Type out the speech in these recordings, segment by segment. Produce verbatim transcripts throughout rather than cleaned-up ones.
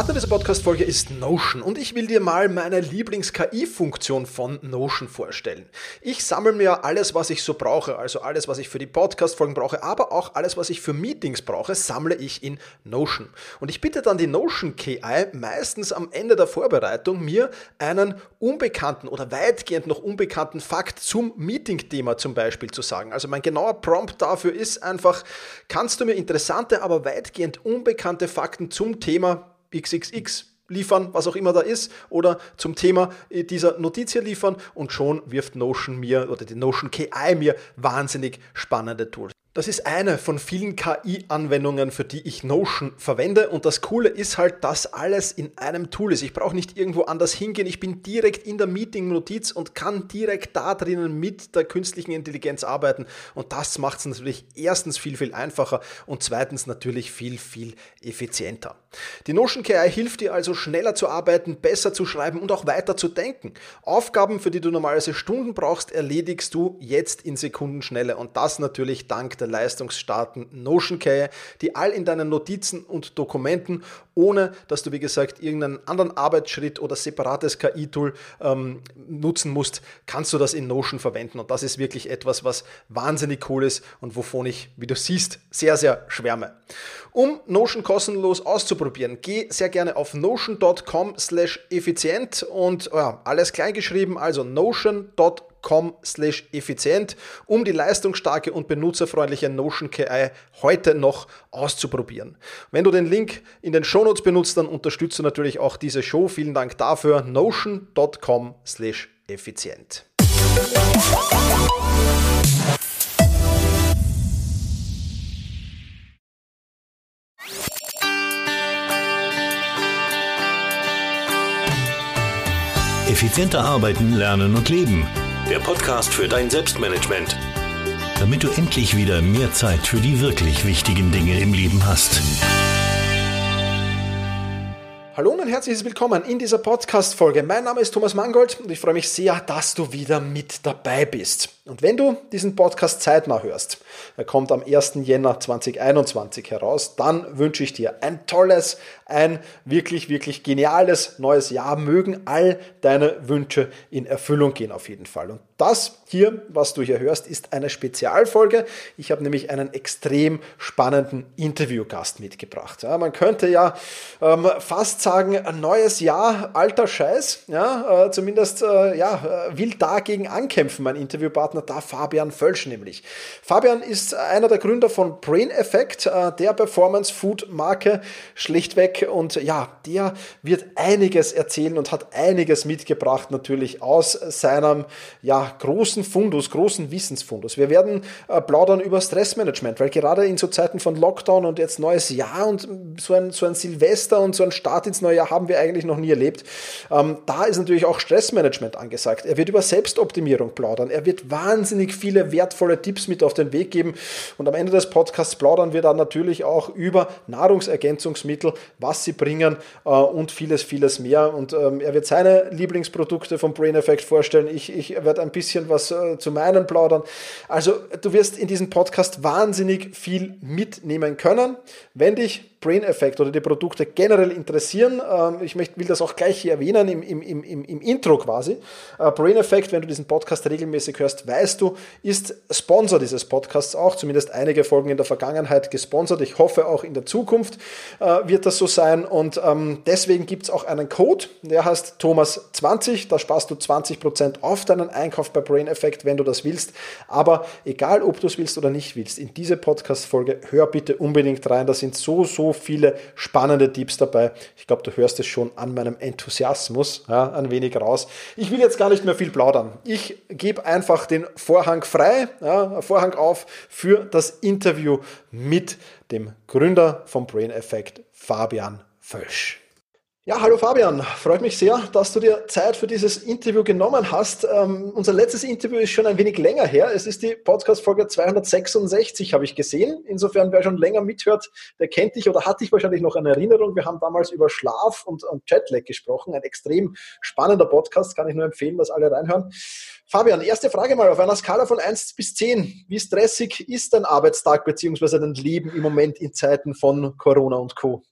Partner dieser Podcast-Folge ist Notion und ich will dir mal meine Lieblings-K I-Funktion von Notion vorstellen. Ich sammle mir alles, was ich so brauche, also alles, was ich für die Podcast-Folgen brauche, aber auch alles, was ich für Meetings brauche, sammle ich in Notion. Und ich bitte dann die Notion K I meistens am Ende der Vorbereitung, mir einen unbekannten oder weitgehend noch unbekannten Fakt zum Meeting-Thema zum Beispiel zu sagen. Also mein genauer Prompt dafür ist einfach, kannst du mir interessante, aber weitgehend unbekannte Fakten zum Thema X X X liefern, was auch immer da ist, oder zum Thema dieser Notiz hier liefern, und schon wirft Notion mir oder die Notion K I mir wahnsinnig spannende Tools. Das ist eine von vielen K I-Anwendungen, für die ich Notion verwende, und das Coole ist halt, dass alles in einem Tool ist. Ich brauche nicht irgendwo anders hingehen, ich bin direkt in der Meeting-Notiz und kann direkt da drinnen mit der künstlichen Intelligenz arbeiten, und das macht es natürlich erstens viel, viel einfacher und zweitens natürlich viel, viel effizienter. Die Notion K I hilft dir also schneller zu arbeiten, besser zu schreiben und auch weiter zu denken. Aufgaben, für die du normalerweise Stunden brauchst, erledigst du jetzt in Sekundenschnelle, und das natürlich dank der leistungsstarken Notion K I, die all in deinen Notizen und Dokumenten, ohne dass du, wie gesagt, irgendeinen anderen Arbeitsschritt oder separates K I-Tool ähm, nutzen musst, kannst du das in Notion verwenden, und das ist wirklich etwas, was wahnsinnig cool ist und wovon ich, wie du siehst, sehr, sehr schwärme. Um Notion kostenlos auszuprobieren, geh sehr gerne auf notion punkt com slash effizient und ja, alles klein geschrieben, also notion punkt com slash effizient, um die leistungsstarke und benutzerfreundliche Notion K I heute noch auszuprobieren. Wenn du den Link in den Shownotes benutzt, dann unterstützt du natürlich auch diese Show. Vielen Dank dafür. notion punkt com slash effizient. Effizienter arbeiten, lernen und leben. Der Podcast für dein Selbstmanagement. Damit du endlich wieder mehr Zeit für die wirklich wichtigen Dinge im Leben hast. Hallo und ein herzliches Willkommen in dieser Podcast-Folge. Mein Name ist Thomas Mangold und ich freue mich sehr, dass du wieder mit dabei bist. Und wenn du diesen Podcast zeitnah hörst, er kommt am ersten Jänner zweitausendeinundzwanzig heraus, dann wünsche ich dir ein tolles, ein wirklich, wirklich geniales neues Jahr. Mögen all deine Wünsche in Erfüllung gehen auf jeden Fall. Und das hier, was du hier hörst, ist eine Spezialfolge. Ich habe nämlich einen extrem spannenden Interviewgast mitgebracht. Ja, man könnte ja ähm, fast sagen, ein neues Jahr, alter Scheiß. Ja, äh, zumindest äh, ja, will dagegen ankämpfen, mein Interviewpartner, da Fabian Völsch nämlich. Fabian ist einer der Gründer von Brain Effect, äh, der Performance-Food-Marke schlichtweg, und ja, der wird einiges erzählen und hat einiges mitgebracht natürlich aus seinem ja, großen Fundus, großen Wissensfundus. Wir werden äh, plaudern über Stressmanagement, weil gerade in so Zeiten von Lockdown und jetzt neues Jahr und so ein, so ein Silvester und so ein Start ins neue Jahr haben wir eigentlich noch nie erlebt. Ähm, da ist natürlich auch Stressmanagement angesagt. Er wird über Selbstoptimierung plaudern. Er wird wahnsinnig viele wertvolle Tipps mit auf den Weg geben, und am Ende des Podcasts plaudern wir dann natürlich auch über Nahrungsergänzungsmittel, was sie bringen äh, und vieles, vieles mehr. Und ähm, er wird seine Lieblingsprodukte vom Brain Effect vorstellen. Ich, ich werde ein bisschen was äh, zu meinen plaudern. Also du wirst in diesem Podcast wahnsinnig viel mitnehmen können. Wenn dich Brain Effect oder die Produkte generell interessieren, äh, ich möchte, will das auch gleich hier erwähnen im, im, im, im Intro quasi. Äh, Brain Effect, wenn du diesen Podcast regelmäßig hörst, weißt du, ist Sponsor dieses Podcasts auch, zumindest einige Folgen in der Vergangenheit gesponsert. Ich hoffe auch in der Zukunft äh, wird das so sein, und ähm, deswegen gibt es auch einen Code, der heißt Thomas zwanzig, da sparst du zwanzig Prozent auf deinen Einkauf bei Brain Effect, wenn du das willst, aber egal, ob du es willst oder nicht willst, in diese Podcast-Folge hör bitte unbedingt rein, da sind so, so viele spannende Tipps dabei. Ich glaube, du hörst es schon an meinem Enthusiasmus ja, ein wenig raus. Ich will jetzt gar nicht mehr viel plaudern. Ich gebe einfach den Vorhang frei, ja, Vorhang auf für das Interview mit dem Gründer vom Brain Effect, Fabian Völsch. Ja, hallo Fabian, freut mich sehr, dass du dir Zeit für dieses Interview genommen hast. Ähm, unser letztes Interview ist schon ein wenig länger her. Es ist die Podcast-Folge zweihundertsechsundsechzig, habe ich gesehen. Insofern, wer schon länger mithört, der kennt dich oder hat dich wahrscheinlich noch in Erinnerung. Wir haben damals über Schlaf und, und Jetlag gesprochen. Ein extrem spannender Podcast, kann ich nur empfehlen, dass alle reinhören. Fabian, erste Frage mal auf einer Skala von eins bis zehn. Wie stressig ist dein Arbeitstag bzw. dein Leben im Moment in Zeiten von Corona und Co.?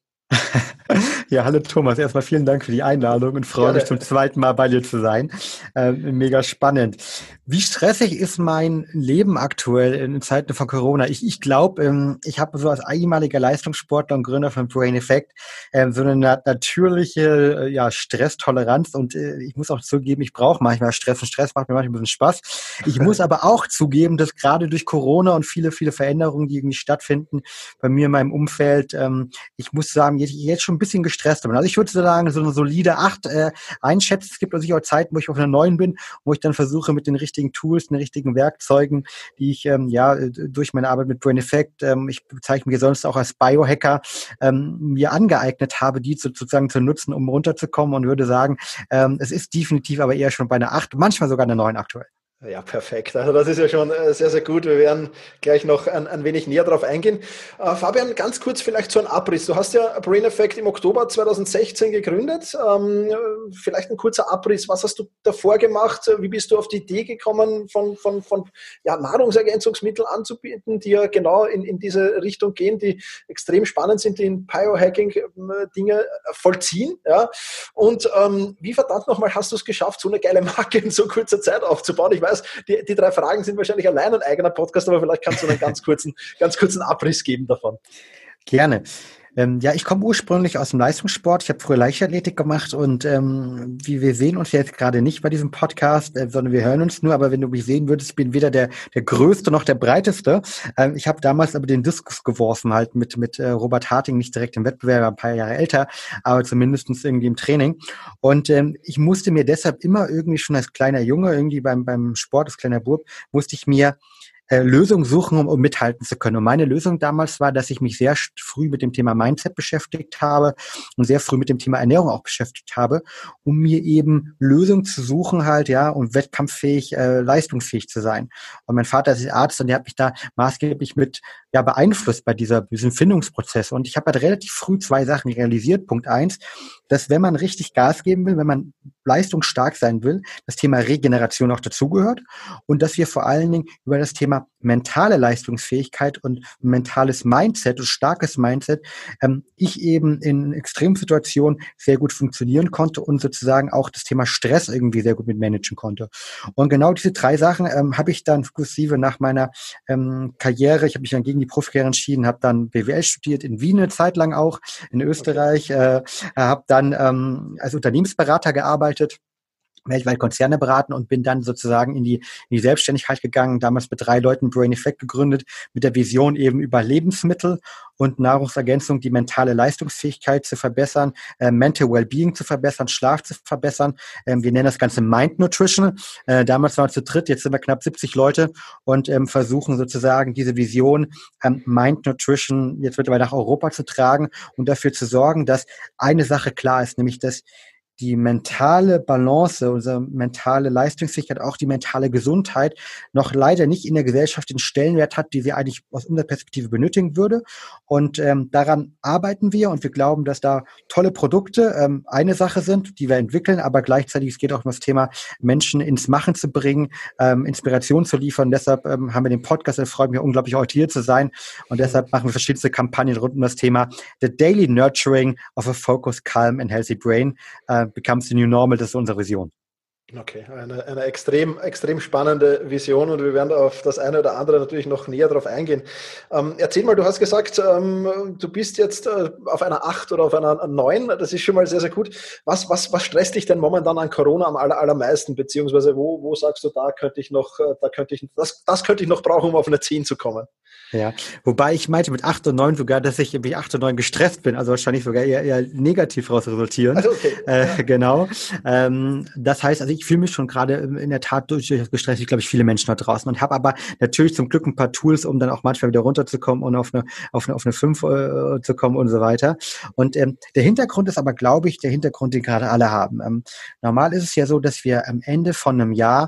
Ja, hallo Thomas. Erstmal vielen Dank für die Einladung und freue mich zum zweiten Mal bei dir zu sein. Ähm, mega spannend. Wie stressig ist mein Leben aktuell in Zeiten von Corona? Ich, ich glaube, ähm, ich habe so als ehemaliger Leistungssportler und Gründer von Brain Effect ähm, so eine nat- natürliche äh, ja, Stresstoleranz und äh, ich muss auch zugeben, ich brauche manchmal Stress und Stress macht mir manchmal ein bisschen Spaß. Ich muss aber auch zugeben, dass gerade durch Corona und viele, viele Veränderungen, die irgendwie stattfinden bei mir in meinem Umfeld, ähm, ich muss sagen, jetzt, jetzt schon ein bisschen gestresst bin. Also ich würde sagen, so eine solide acht äh, einschätzen. Es gibt natürlich auch Zeiten, wo ich auf einer neun bin, wo ich dann versuche, mit den richtigen Tools, den richtigen Werkzeugen, die ich ähm, ja durch meine Arbeit mit Brain Effect, ähm, ich bezeichne mich sonst auch als Biohacker, ähm, mir angeeignet habe, die zu, sozusagen zu nutzen, um runterzukommen und würde sagen, ähm, es ist definitiv aber eher schon bei einer acht, manchmal sogar einer neun aktuell. Ja, perfekt. Also das ist ja schon sehr, sehr gut. Wir werden gleich noch ein, ein wenig näher drauf eingehen. Äh, Fabian, ganz kurz vielleicht so ein Abriss. Du hast ja Brain Effect im Oktober zweitausendsechzehn gegründet. Ähm, vielleicht ein kurzer Abriss. Was hast du davor gemacht? Wie bist du auf die Idee gekommen, von, von, von ja, Nahrungsergänzungsmittel anzubieten, die ja genau in, in diese Richtung gehen, die extrem spannend sind, die in Biohacking-Dinge vollziehen? Ja? Und ähm, wie verdammt nochmal hast du es geschafft, so eine geile Marke in so kurzer Zeit aufzubauen? Ich weiß, die, die drei Fragen sind wahrscheinlich allein ein eigener Podcast, aber vielleicht kannst du einen ganz kurzen, ganz kurzen Abriss geben davon. Gerne. Ähm, ja, ich komme ursprünglich aus dem Leistungssport. Ich habe früher Leichtathletik gemacht und ähm, wie wir sehen uns jetzt gerade nicht bei diesem Podcast, äh, sondern wir hören uns nur. Aber wenn du mich sehen würdest, ich bin weder der der Größte noch der Breiteste. Ähm, ich habe damals aber den Diskus geworfen, halt mit mit äh, Robert Harting, nicht direkt im Wettbewerb, ein paar Jahre älter, aber zumindestens irgendwie im Training. Und ähm, ich musste mir deshalb immer irgendwie schon als kleiner Junge, irgendwie beim beim Sport, als kleiner Bub, musste ich mir Äh, Lösungen suchen, um, um mithalten zu können. Und meine Lösung damals war, dass ich mich sehr früh mit dem Thema Mindset beschäftigt habe und sehr früh mit dem Thema Ernährung auch beschäftigt habe, um mir eben Lösungen zu suchen halt, ja, und wettkampffähig, äh, leistungsfähig zu sein. Und mein Vater ist Arzt und der hat mich da maßgeblich mit ja beeinflusst bei dieser, diesem Findungsprozess. Und ich habe halt relativ früh zwei Sachen realisiert. Punkt eins, dass wenn man richtig Gas geben will, wenn man leistungsstark sein will, das Thema Regeneration auch dazugehört und dass wir vor allen Dingen über das Thema mentale Leistungsfähigkeit und mentales Mindset und starkes Mindset ähm, ich eben in Extremsituationen sehr gut funktionieren konnte und sozusagen auch das Thema Stress irgendwie sehr gut mit managen konnte. Und genau diese drei Sachen ähm, habe ich dann sukzessive nach meiner ähm, Karriere, ich habe mich dann gegen die Profikarriere entschieden, habe dann B W L studiert, in Wien eine Zeit lang auch, in Österreich, okay. äh, habe dann ähm, als Unternehmensberater gearbeitet, weltweit Konzerne beraten und bin dann sozusagen in die, in die Selbstständigkeit gegangen, damals mit drei Leuten Brain Effect gegründet, mit der Vision eben über Lebensmittel und Nahrungsergänzung die mentale Leistungsfähigkeit zu verbessern, äh, Mental Wellbeing zu verbessern, Schlaf zu verbessern. Ähm, wir nennen das Ganze Mind Nutrition. Äh, damals waren wir zu dritt, jetzt sind wir knapp siebzig Leute und ähm, versuchen sozusagen diese Vision ähm, Mind Nutrition jetzt mittlerweile nach Europa zu tragen und dafür zu sorgen, dass eine Sache klar ist, nämlich dass die mentale Balance, unsere mentale Leistungsfähigkeit, auch die mentale Gesundheit noch leider nicht in der Gesellschaft den Stellenwert hat, die sie eigentlich aus unserer Perspektive benötigen würde. Und ähm, daran arbeiten wir und wir glauben, dass da tolle Produkte ähm, eine Sache sind, die wir entwickeln, aber gleichzeitig es geht auch um das Thema, Menschen ins Machen zu bringen, ähm, Inspiration zu liefern. Deshalb ähm, haben wir den Podcast, ich freue mich unglaublich, heute hier zu sein. Und deshalb machen wir verschiedenste Kampagnen rund um das Thema The Daily Nurturing of a Focused, Calm and Healthy Brain. Äh, becomes the new normal, das ist unsere Vision. Okay, eine, eine extrem, extrem spannende Vision und wir werden auf das eine oder andere natürlich noch näher drauf eingehen. Ähm, erzähl mal, du hast gesagt, ähm, du bist jetzt äh, auf einer acht oder auf einer neun, das ist schon mal sehr, sehr gut. Was, was, was stresst dich denn momentan an Corona am aller, allermeisten, beziehungsweise wo, wo sagst du, da könnte ich noch, da könnte ich, das, das könnte ich noch brauchen, um auf eine zehn zu kommen? Ja, wobei ich meinte mit acht und neun sogar, dass ich irgendwie acht und neun gestresst bin, also wahrscheinlich sogar eher, eher negativ raus resultieren. Also okay. Äh, ja. Genau. Ähm, das heißt, also ich fühle mich schon gerade in der Tat durchaus gestresst, ich glaube ich viele Menschen da draußen und habe aber natürlich zum Glück ein paar Tools, um dann auch manchmal wieder runterzukommen und auf eine auf eine auf eine fünf äh, zu kommen und so weiter. Und ähm, der Hintergrund ist aber, glaube ich, der Hintergrund, den gerade alle haben. Ähm, normal ist es ja so, dass wir am Ende von einem Jahr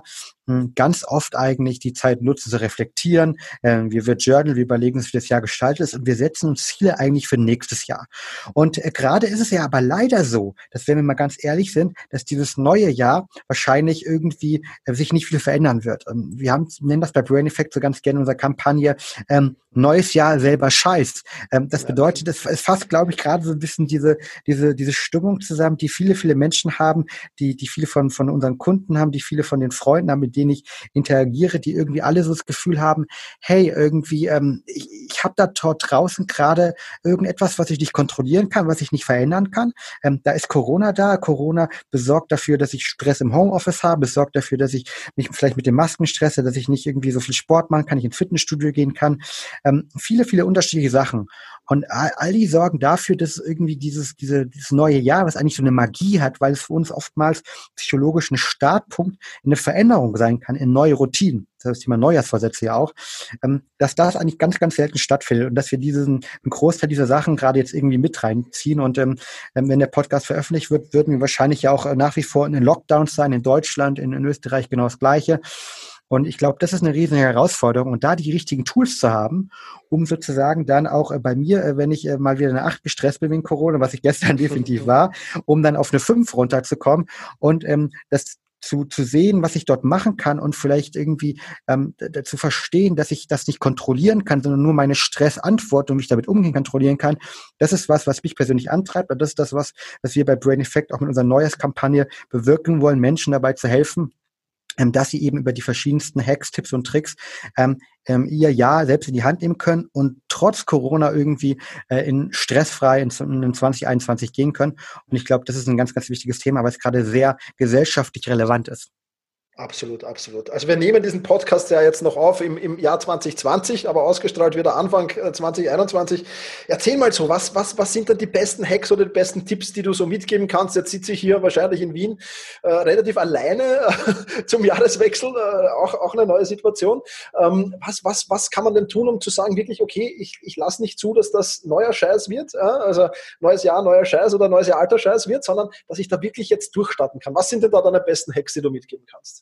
ganz oft eigentlich die Zeit nutzen, zu reflektieren. Wir, wir journalen, wir überlegen uns, wie das Jahr gestaltet ist und wir setzen uns Ziele eigentlich für nächstes Jahr. Und äh, gerade ist es ja aber leider so, dass, wenn wir mal ganz ehrlich sind, dass dieses neue Jahr wahrscheinlich irgendwie äh, sich nicht viel verändern wird. Ähm, wir haben, nennen das bei Brain Effect so ganz gerne in unserer Kampagne, ähm, neues Jahr selber Scheiß. Ähm, das bedeutet, es, es fasst, glaube ich, gerade so ein bisschen diese, diese, diese Stimmung zusammen, die viele, viele Menschen haben, die, die viele von, von unseren Kunden haben, die viele von den Freunden haben, mit denen ich interagiere, die irgendwie alle so das Gefühl haben, hey, irgendwie, ähm, ich, ich habe da dort draußen gerade irgendetwas, was ich nicht kontrollieren kann, was ich nicht verändern kann. Ähm, da ist Corona da. Corona besorgt dafür, dass ich Stress im Homeoffice habe, besorgt dafür, dass ich mich vielleicht mit den Masken stresse, dass ich nicht irgendwie so viel Sport machen kann, ich ins Fitnessstudio gehen kann. Ähm, viele, viele unterschiedliche Sachen. Und all, all die sorgen dafür, dass irgendwie dieses, diese, dieses neue Jahr, was eigentlich so eine Magie hat, weil es für uns oftmals psychologisch ein Startpunkt in eine Veränderung sein kann, in neue Routinen. Das ist das Thema Neujahrsvorsätze ja auch, ähm, dass das eigentlich ganz, ganz selten stattfindet und dass wir diesen, einen Großteil dieser Sachen gerade jetzt irgendwie mit reinziehen. Und ähm, wenn der Podcast veröffentlicht wird, würden wir wahrscheinlich ja auch nach wie vor in den Lockdowns sein, in Deutschland, in, in Österreich genau das Gleiche. Und ich glaube, das ist eine riesige Herausforderung. Und da die richtigen Tools zu haben, um sozusagen dann auch äh, bei mir, äh, wenn ich äh, mal wieder eine acht gestresst bin wegen Corona, was ich gestern definitiv war, um dann auf eine fünf runterzukommen und ähm, das zu zu sehen, was ich dort machen kann und vielleicht irgendwie ähm, d- zu verstehen, dass ich das nicht kontrollieren kann, sondern nur meine Stressantwort und mich damit umgehen kontrollieren kann. Das ist was, was mich persönlich antreibt. Und das ist das, was, was wir bei Brain Effect auch mit unserer Neues-Kampagne bewirken wollen, Menschen dabei zu helfen, ähm, dass sie eben über die verschiedensten Hacks, Tipps und Tricks ähm, ähm, ihr Jahr selbst in die Hand nehmen können und trotz Corona irgendwie äh, in stressfrei in, in zwanzig einundzwanzig gehen können. Und ich glaube, das ist ein ganz, ganz wichtiges Thema, weil es gerade sehr gesellschaftlich relevant ist. Absolut, absolut. Also wir nehmen diesen Podcast ja jetzt noch auf im, im Jahr zwanzig zwanzig, aber ausgestrahlt wieder Anfang zwanzig einundzwanzig. Erzähl mal so, was, was, was sind denn die besten Hacks oder die besten Tipps, die du so mitgeben kannst? Jetzt sitze ich hier wahrscheinlich in Wien äh, relativ alleine äh, zum Jahreswechsel, äh, auch, auch eine neue Situation. Ähm, was, was, was kann man denn tun, um zu sagen, wirklich, okay, ich, ich lasse nicht zu, dass das neuer Scheiß wird, äh, also neues Jahr, neuer Scheiß oder neues Jahr, alter Scheiß wird, sondern dass ich da wirklich jetzt durchstarten kann. Was sind denn da deine besten Hacks, die du mitgeben kannst?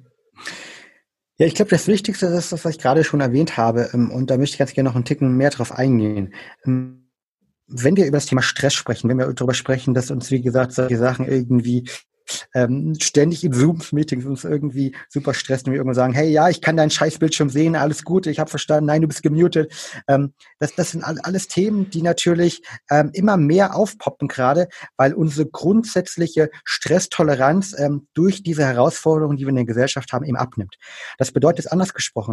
Ja, ich glaube, das Wichtigste ist das, was ich gerade schon erwähnt habe. Und da möchte ich ganz gerne noch einen Ticken mehr drauf eingehen. Wenn wir über das Thema Stress sprechen, wenn wir darüber sprechen, dass uns, wie gesagt, solche Sachen irgendwie ähm, ständig in Zoom-Meetings uns irgendwie super stressen und wir irgendwann sagen, hey, ja, ich kann deinen Scheißbildschirm sehen, alles gut, ich habe verstanden, nein, du bist gemutet. Ähm, das, das sind alles Themen, die natürlich ähm, immer mehr aufpoppen gerade, weil unsere grundsätzliche Stresstoleranz ähm, durch diese Herausforderungen, die wir in der Gesellschaft haben, eben abnimmt. Das bedeutet, anders gesprochen,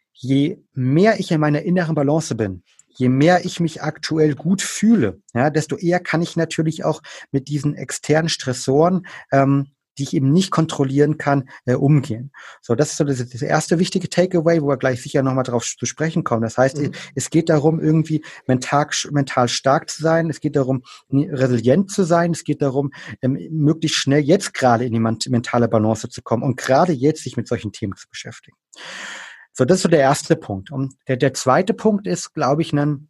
je mehr ich in meiner inneren Balance bin, je mehr ich mich aktuell gut fühle, ja, desto eher kann ich natürlich auch mit diesen externen Stressoren, ähm, die ich eben nicht kontrollieren kann, äh, umgehen. So, das ist so das, das erste wichtige Takeaway, wo wir gleich sicher nochmal drauf zu sprechen kommen. Das heißt, mhm. es geht darum, irgendwie mental, mental stark zu sein. Es geht darum, resilient zu sein. Es geht darum, ähm, möglichst schnell jetzt gerade in die mentale Balance zu kommen und gerade jetzt sich mit solchen Themen zu beschäftigen. So, das ist so der erste Punkt. Und der, der zweite Punkt ist, glaube ich, ein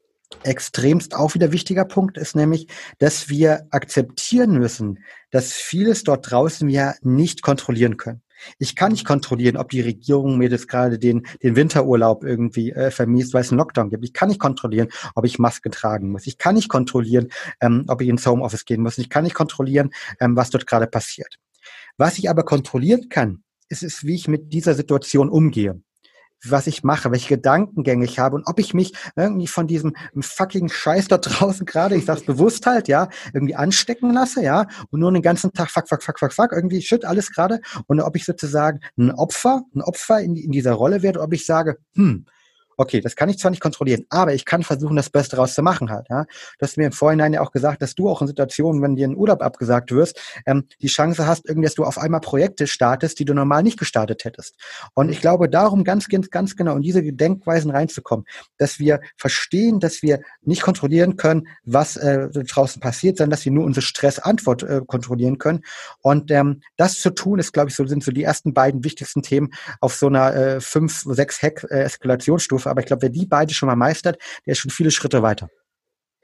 extremst auch wieder wichtiger Punkt, ist nämlich, dass wir akzeptieren müssen, dass vieles dort draußen wir nicht kontrollieren können. Ich kann nicht kontrollieren, ob die Regierung mir jetzt gerade den, den Winterurlaub irgendwie äh, vermiest, weil es einen Lockdown gibt. Ich kann nicht kontrollieren, ob ich Maske tragen muss. Ich kann nicht kontrollieren, ähm, ob ich ins Homeoffice gehen muss. Ich kann nicht kontrollieren, ähm, was dort gerade passiert. Was ich aber kontrollieren kann, ist, ist, wie ich mit dieser Situation umgehe. Was ich mache, welche Gedankengänge ich habe und ob ich mich irgendwie von diesem fucking Scheiß da draußen gerade, ich sag's bewusst halt, ja, irgendwie anstecken lasse, ja, und nur den ganzen Tag fuck, fuck, fuck, fuck, fuck, irgendwie shit, alles gerade, und ob ich sozusagen ein Opfer, ein Opfer in, in dieser Rolle werde, ob ich sage, hm, okay, das kann ich zwar nicht kontrollieren, aber ich kann versuchen, das Beste daraus zu machen halt. Ja. Du hast mir im Vorhinein ja auch gesagt, dass du auch in Situationen, wenn dir ein Urlaub abgesagt wirst, ähm, die Chance hast, irgendwie, dass du auf einmal Projekte startest, die du normal nicht gestartet hättest. Und ich glaube, darum ganz, ganz, ganz genau in diese Denkweisen reinzukommen, dass wir verstehen, dass wir nicht kontrollieren können, was äh, draußen passiert, sondern dass wir nur unsere Stressantwort äh, kontrollieren können. Und ähm, das zu tun, ist, glaube ich, so sind so die ersten beiden wichtigsten Themen auf so einer äh, fünf, sechs Hack-Eskalationsstufe. Aber ich glaube, wer die beide schon mal meistert, der ist schon viele Schritte weiter.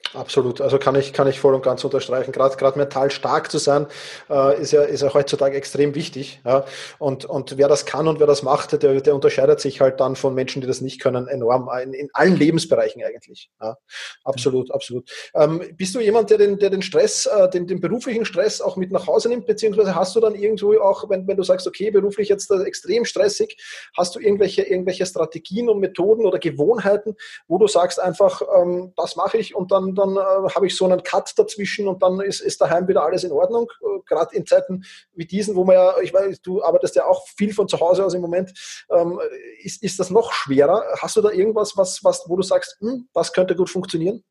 Absolut, also kann ich, kann ich voll und ganz unterstreichen. Gerade, gerade mental stark zu sein, äh, ist ja, ist ja heutzutage extrem wichtig. Ja. Und, und wer das kann und wer das macht, der, der unterscheidet sich halt dann von Menschen, die das nicht können, enorm in, in allen Lebensbereichen eigentlich. Ja. Absolut, absolut. Ähm, bist du jemand, der den, der den Stress, äh, den, den beruflichen Stress auch mit nach Hause nimmt, beziehungsweise hast du dann irgendwo auch, wenn, wenn du sagst, okay, beruflich jetzt äh, extrem stressig, hast du irgendwelche, irgendwelche Strategien und Methoden oder Gewohnheiten, wo du sagst einfach, ähm, das mache ich und dann dann äh, habe ich so einen Cut dazwischen und dann ist, ist daheim wieder alles in Ordnung. Äh, Gerade in Zeiten wie diesen, wo man ja, ich weiß, du arbeitest ja auch viel von zu Hause aus im Moment, ähm, ist, ist das noch schwerer? Hast du da irgendwas, was, was, wo du sagst, hm, das könnte gut funktionieren?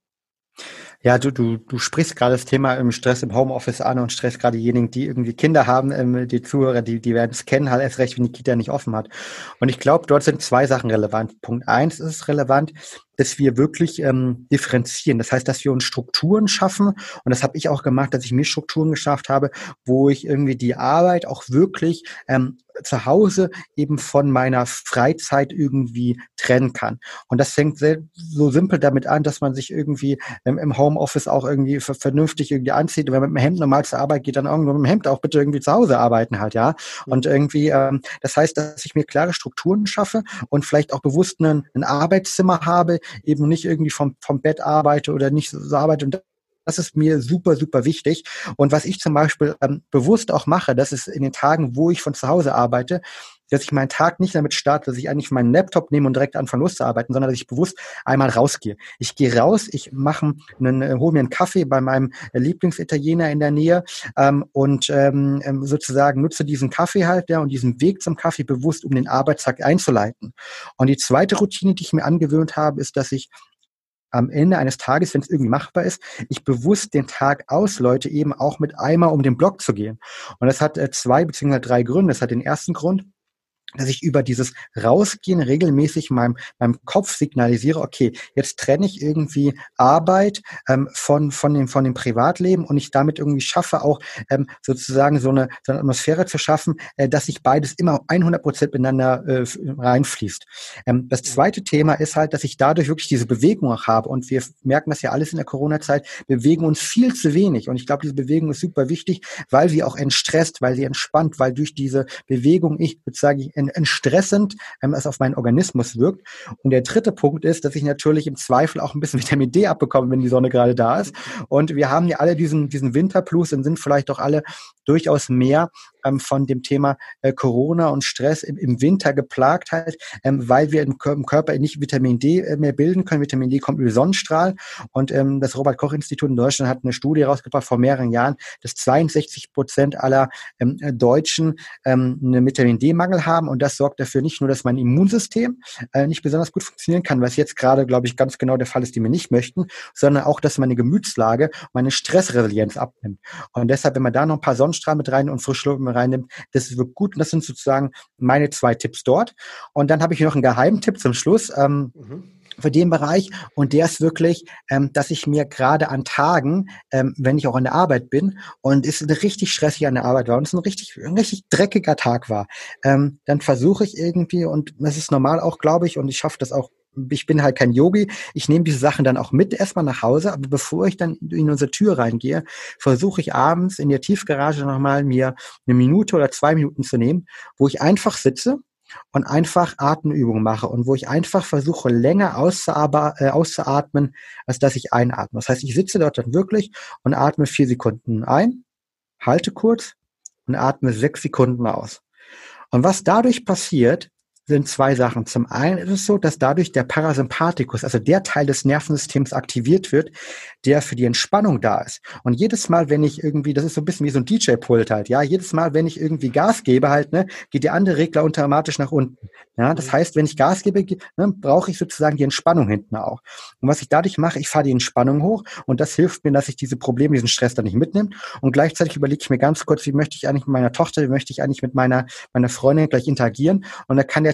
Ja, du, du, du sprichst gerade das Thema im Stress im Homeoffice an und stresst gerade diejenigen, die irgendwie Kinder haben, ähm, die Zuhörer, die, die werden es kennen, halt erst recht, wenn die Kita nicht offen hat. Und ich glaube, dort sind zwei Sachen relevant. Punkt eins ist es relevant, dass wir wirklich ähm, differenzieren. Das heißt, dass wir uns Strukturen schaffen. Und das habe ich auch gemacht, dass ich mir Strukturen geschafft habe, wo ich irgendwie die Arbeit auch wirklich ähm, zu Hause eben von meiner Freizeit irgendwie trennen kann. Und das fängt sehr, so simpel damit an, dass man sich irgendwie ähm, im Homeoffice auch irgendwie vernünftig irgendwie anzieht. Und wenn man mit dem Hemd normal zur Arbeit geht, dann irgendwo mit dem Hemd auch bitte irgendwie zu Hause arbeiten halt, ja. Und irgendwie, ähm, das heißt, dass ich mir klare Strukturen schaffe und vielleicht auch bewusst ein, ein Arbeitszimmer habe, eben nicht irgendwie vom, vom Bett arbeite oder nicht so, so arbeite. Und das ist mir super, super wichtig. Und was ich zum Beispiel ähm, bewusst auch mache, das ist in den Tagen, wo ich von zu Hause arbeite, dass ich meinen Tag nicht damit starte, dass ich eigentlich meinen Laptop nehme und direkt anfange loszuarbeiten, sondern dass ich bewusst einmal rausgehe. Ich gehe raus, ich mache einen, äh, hole mir einen Kaffee bei meinem äh, Lieblingsitaliener in der Nähe ähm, und ähm, sozusagen nutze diesen Kaffee halt, ja, und diesen Weg zum Kaffee bewusst, um den Arbeitstag einzuleiten. Und die zweite Routine, die ich mir angewöhnt habe, ist, dass ich am Ende eines Tages, wenn es irgendwie machbar ist, ich bewusst den Tag ausläute, eben auch mit einmal um den Block zu gehen. Und das hat äh, zwei beziehungsweise drei Gründe. Das hat den ersten Grund, dass ich über dieses Rausgehen regelmäßig meinem, meinem Kopf signalisiere, okay, jetzt trenne ich irgendwie Arbeit ähm, von, von, dem, von dem Privatleben und ich damit irgendwie schaffe, auch ähm, sozusagen so eine, so eine Atmosphäre zu schaffen, äh, dass sich beides immer hundert Prozent miteinander äh, reinfließt. Ähm, das zweite Thema ist halt, dass ich dadurch wirklich diese Bewegung auch habe und wir merken das ja alles in der Corona-Zeit, bewegen uns viel zu wenig und ich glaube, diese Bewegung ist super wichtig, weil sie auch entstresst, weil sie entspannt, weil durch diese Bewegung ich, sage ich, entstressend ähm, es auf meinen Organismus wirkt. Und der dritte Punkt ist, dass ich natürlich im Zweifel auch ein bisschen Vitamin D abbekomme, wenn die Sonne gerade da ist. Und wir haben ja alle diesen, diesen Winterplus und sind vielleicht auch alle durchaus mehr ähm, von dem Thema äh, Corona und Stress im, im Winter geplagt halt, ähm, weil wir im, im Körper nicht Vitamin D äh, mehr bilden können. Vitamin D kommt über Sonnenstrahl und ähm, das Robert-Koch-Institut in Deutschland hat eine Studie rausgebracht vor mehreren Jahren, dass zweiundsechzig Prozent aller ähm, Deutschen ähm, einen Vitamin D-Mangel haben und das sorgt dafür nicht nur, dass mein Immunsystem äh, nicht besonders gut funktionieren kann, was jetzt gerade, glaube ich, ganz genau der Fall ist, die wir nicht möchten, sondern auch, dass meine Gemütslage, meine Stressresilienz abnimmt. Und deshalb, wenn man da noch ein paar Sonnenstrahlen mit rein und Frischluft mit reinnimmt, das ist wirklich gut. Und das sind sozusagen meine zwei Tipps dort. Und dann habe ich noch einen Geheimtipp zum Schluss. Ähm, mhm. für den Bereich und der ist wirklich, ähm, dass ich mir gerade an Tagen, ähm, wenn ich auch an der Arbeit bin und es richtig stressig an der Arbeit war und es ein richtig, ein richtig dreckiger Tag war, ähm, dann versuche ich irgendwie und das ist normal auch, glaube ich, und ich schaffe das auch, ich bin halt kein Yogi, ich nehme diese Sachen dann auch mit erstmal nach Hause, aber bevor ich dann in unsere Tür reingehe, versuche ich abends in der Tiefgarage nochmal mir eine Minute oder zwei Minuten zu nehmen, wo ich einfach sitze und einfach Atemübungen mache und wo ich einfach versuche, länger äh, auszuatmen, als dass ich einatme. Das heißt, ich sitze dort dann wirklich und atme vier Sekunden ein, halte kurz und atme sechs Sekunden aus. Und was dadurch passiert, sind zwei Sachen. Zum einen ist es so, dass dadurch der Parasympathikus, also der Teil des Nervensystems aktiviert wird, der für die Entspannung da ist. Und jedes Mal, wenn ich irgendwie, das ist so ein bisschen wie so ein D J-Pult halt, ja, jedes Mal, wenn ich irgendwie Gas gebe halt, ne, geht der andere Regler automatisch nach unten. Ja, das heißt, wenn ich Gas gebe, ne, brauche ich sozusagen die Entspannung hinten auch. Und was ich dadurch mache, ich fahre die Entspannung hoch und das hilft mir, dass ich diese Probleme, diesen Stress dann nicht mitnehme. Und gleichzeitig überlege ich mir ganz kurz, wie möchte ich eigentlich mit meiner Tochter, wie möchte ich eigentlich mit meiner, meiner Freundin gleich interagieren? Und da kann der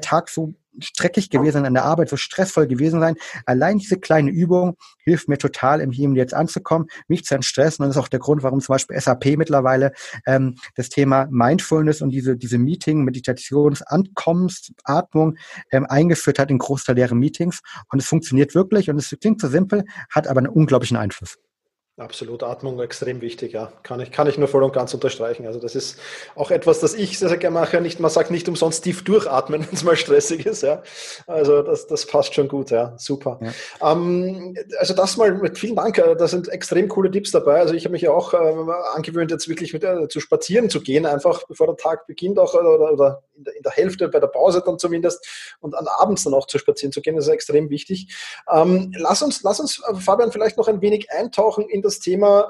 Tag so streckig gewesen sein, an der Arbeit so stressvoll gewesen sein. Allein diese kleine Übung hilft mir total, im Hier und Jetzt anzukommen, mich zu entstressen. Und das ist auch der Grund, warum zum Beispiel S A P mittlerweile ähm, das Thema Mindfulness und diese diese Meeting, Meditations-, Ankommens-, Atmung ähm, eingeführt hat in Großteil deren Meetings. Und es funktioniert wirklich und es klingt so simpel, hat aber einen unglaublichen Einfluss. Absolut, Atmung extrem wichtig, ja. Kann ich, kann ich nur voll und ganz unterstreichen. Also das ist auch etwas, das ich sehr, sehr gerne mache. Nicht, man sagt nicht umsonst tief durchatmen, wenn es mal stressig ist, ja. Also das, das passt schon gut, ja. Super. Ja. Ähm, also das mal mit vielen Dank. Da sind extrem coole Tipps dabei. Also ich habe mich ja auch äh, angewöhnt, jetzt wirklich mit, äh, zu spazieren zu gehen, einfach bevor der Tag beginnt auch oder, oder in, der, in der Hälfte, bei der Pause dann zumindest und an abends dann auch zu spazieren zu gehen. Das ist extrem wichtig. Ähm, lass uns, lass uns, Fabian, vielleicht noch ein wenig eintauchen in das Thema,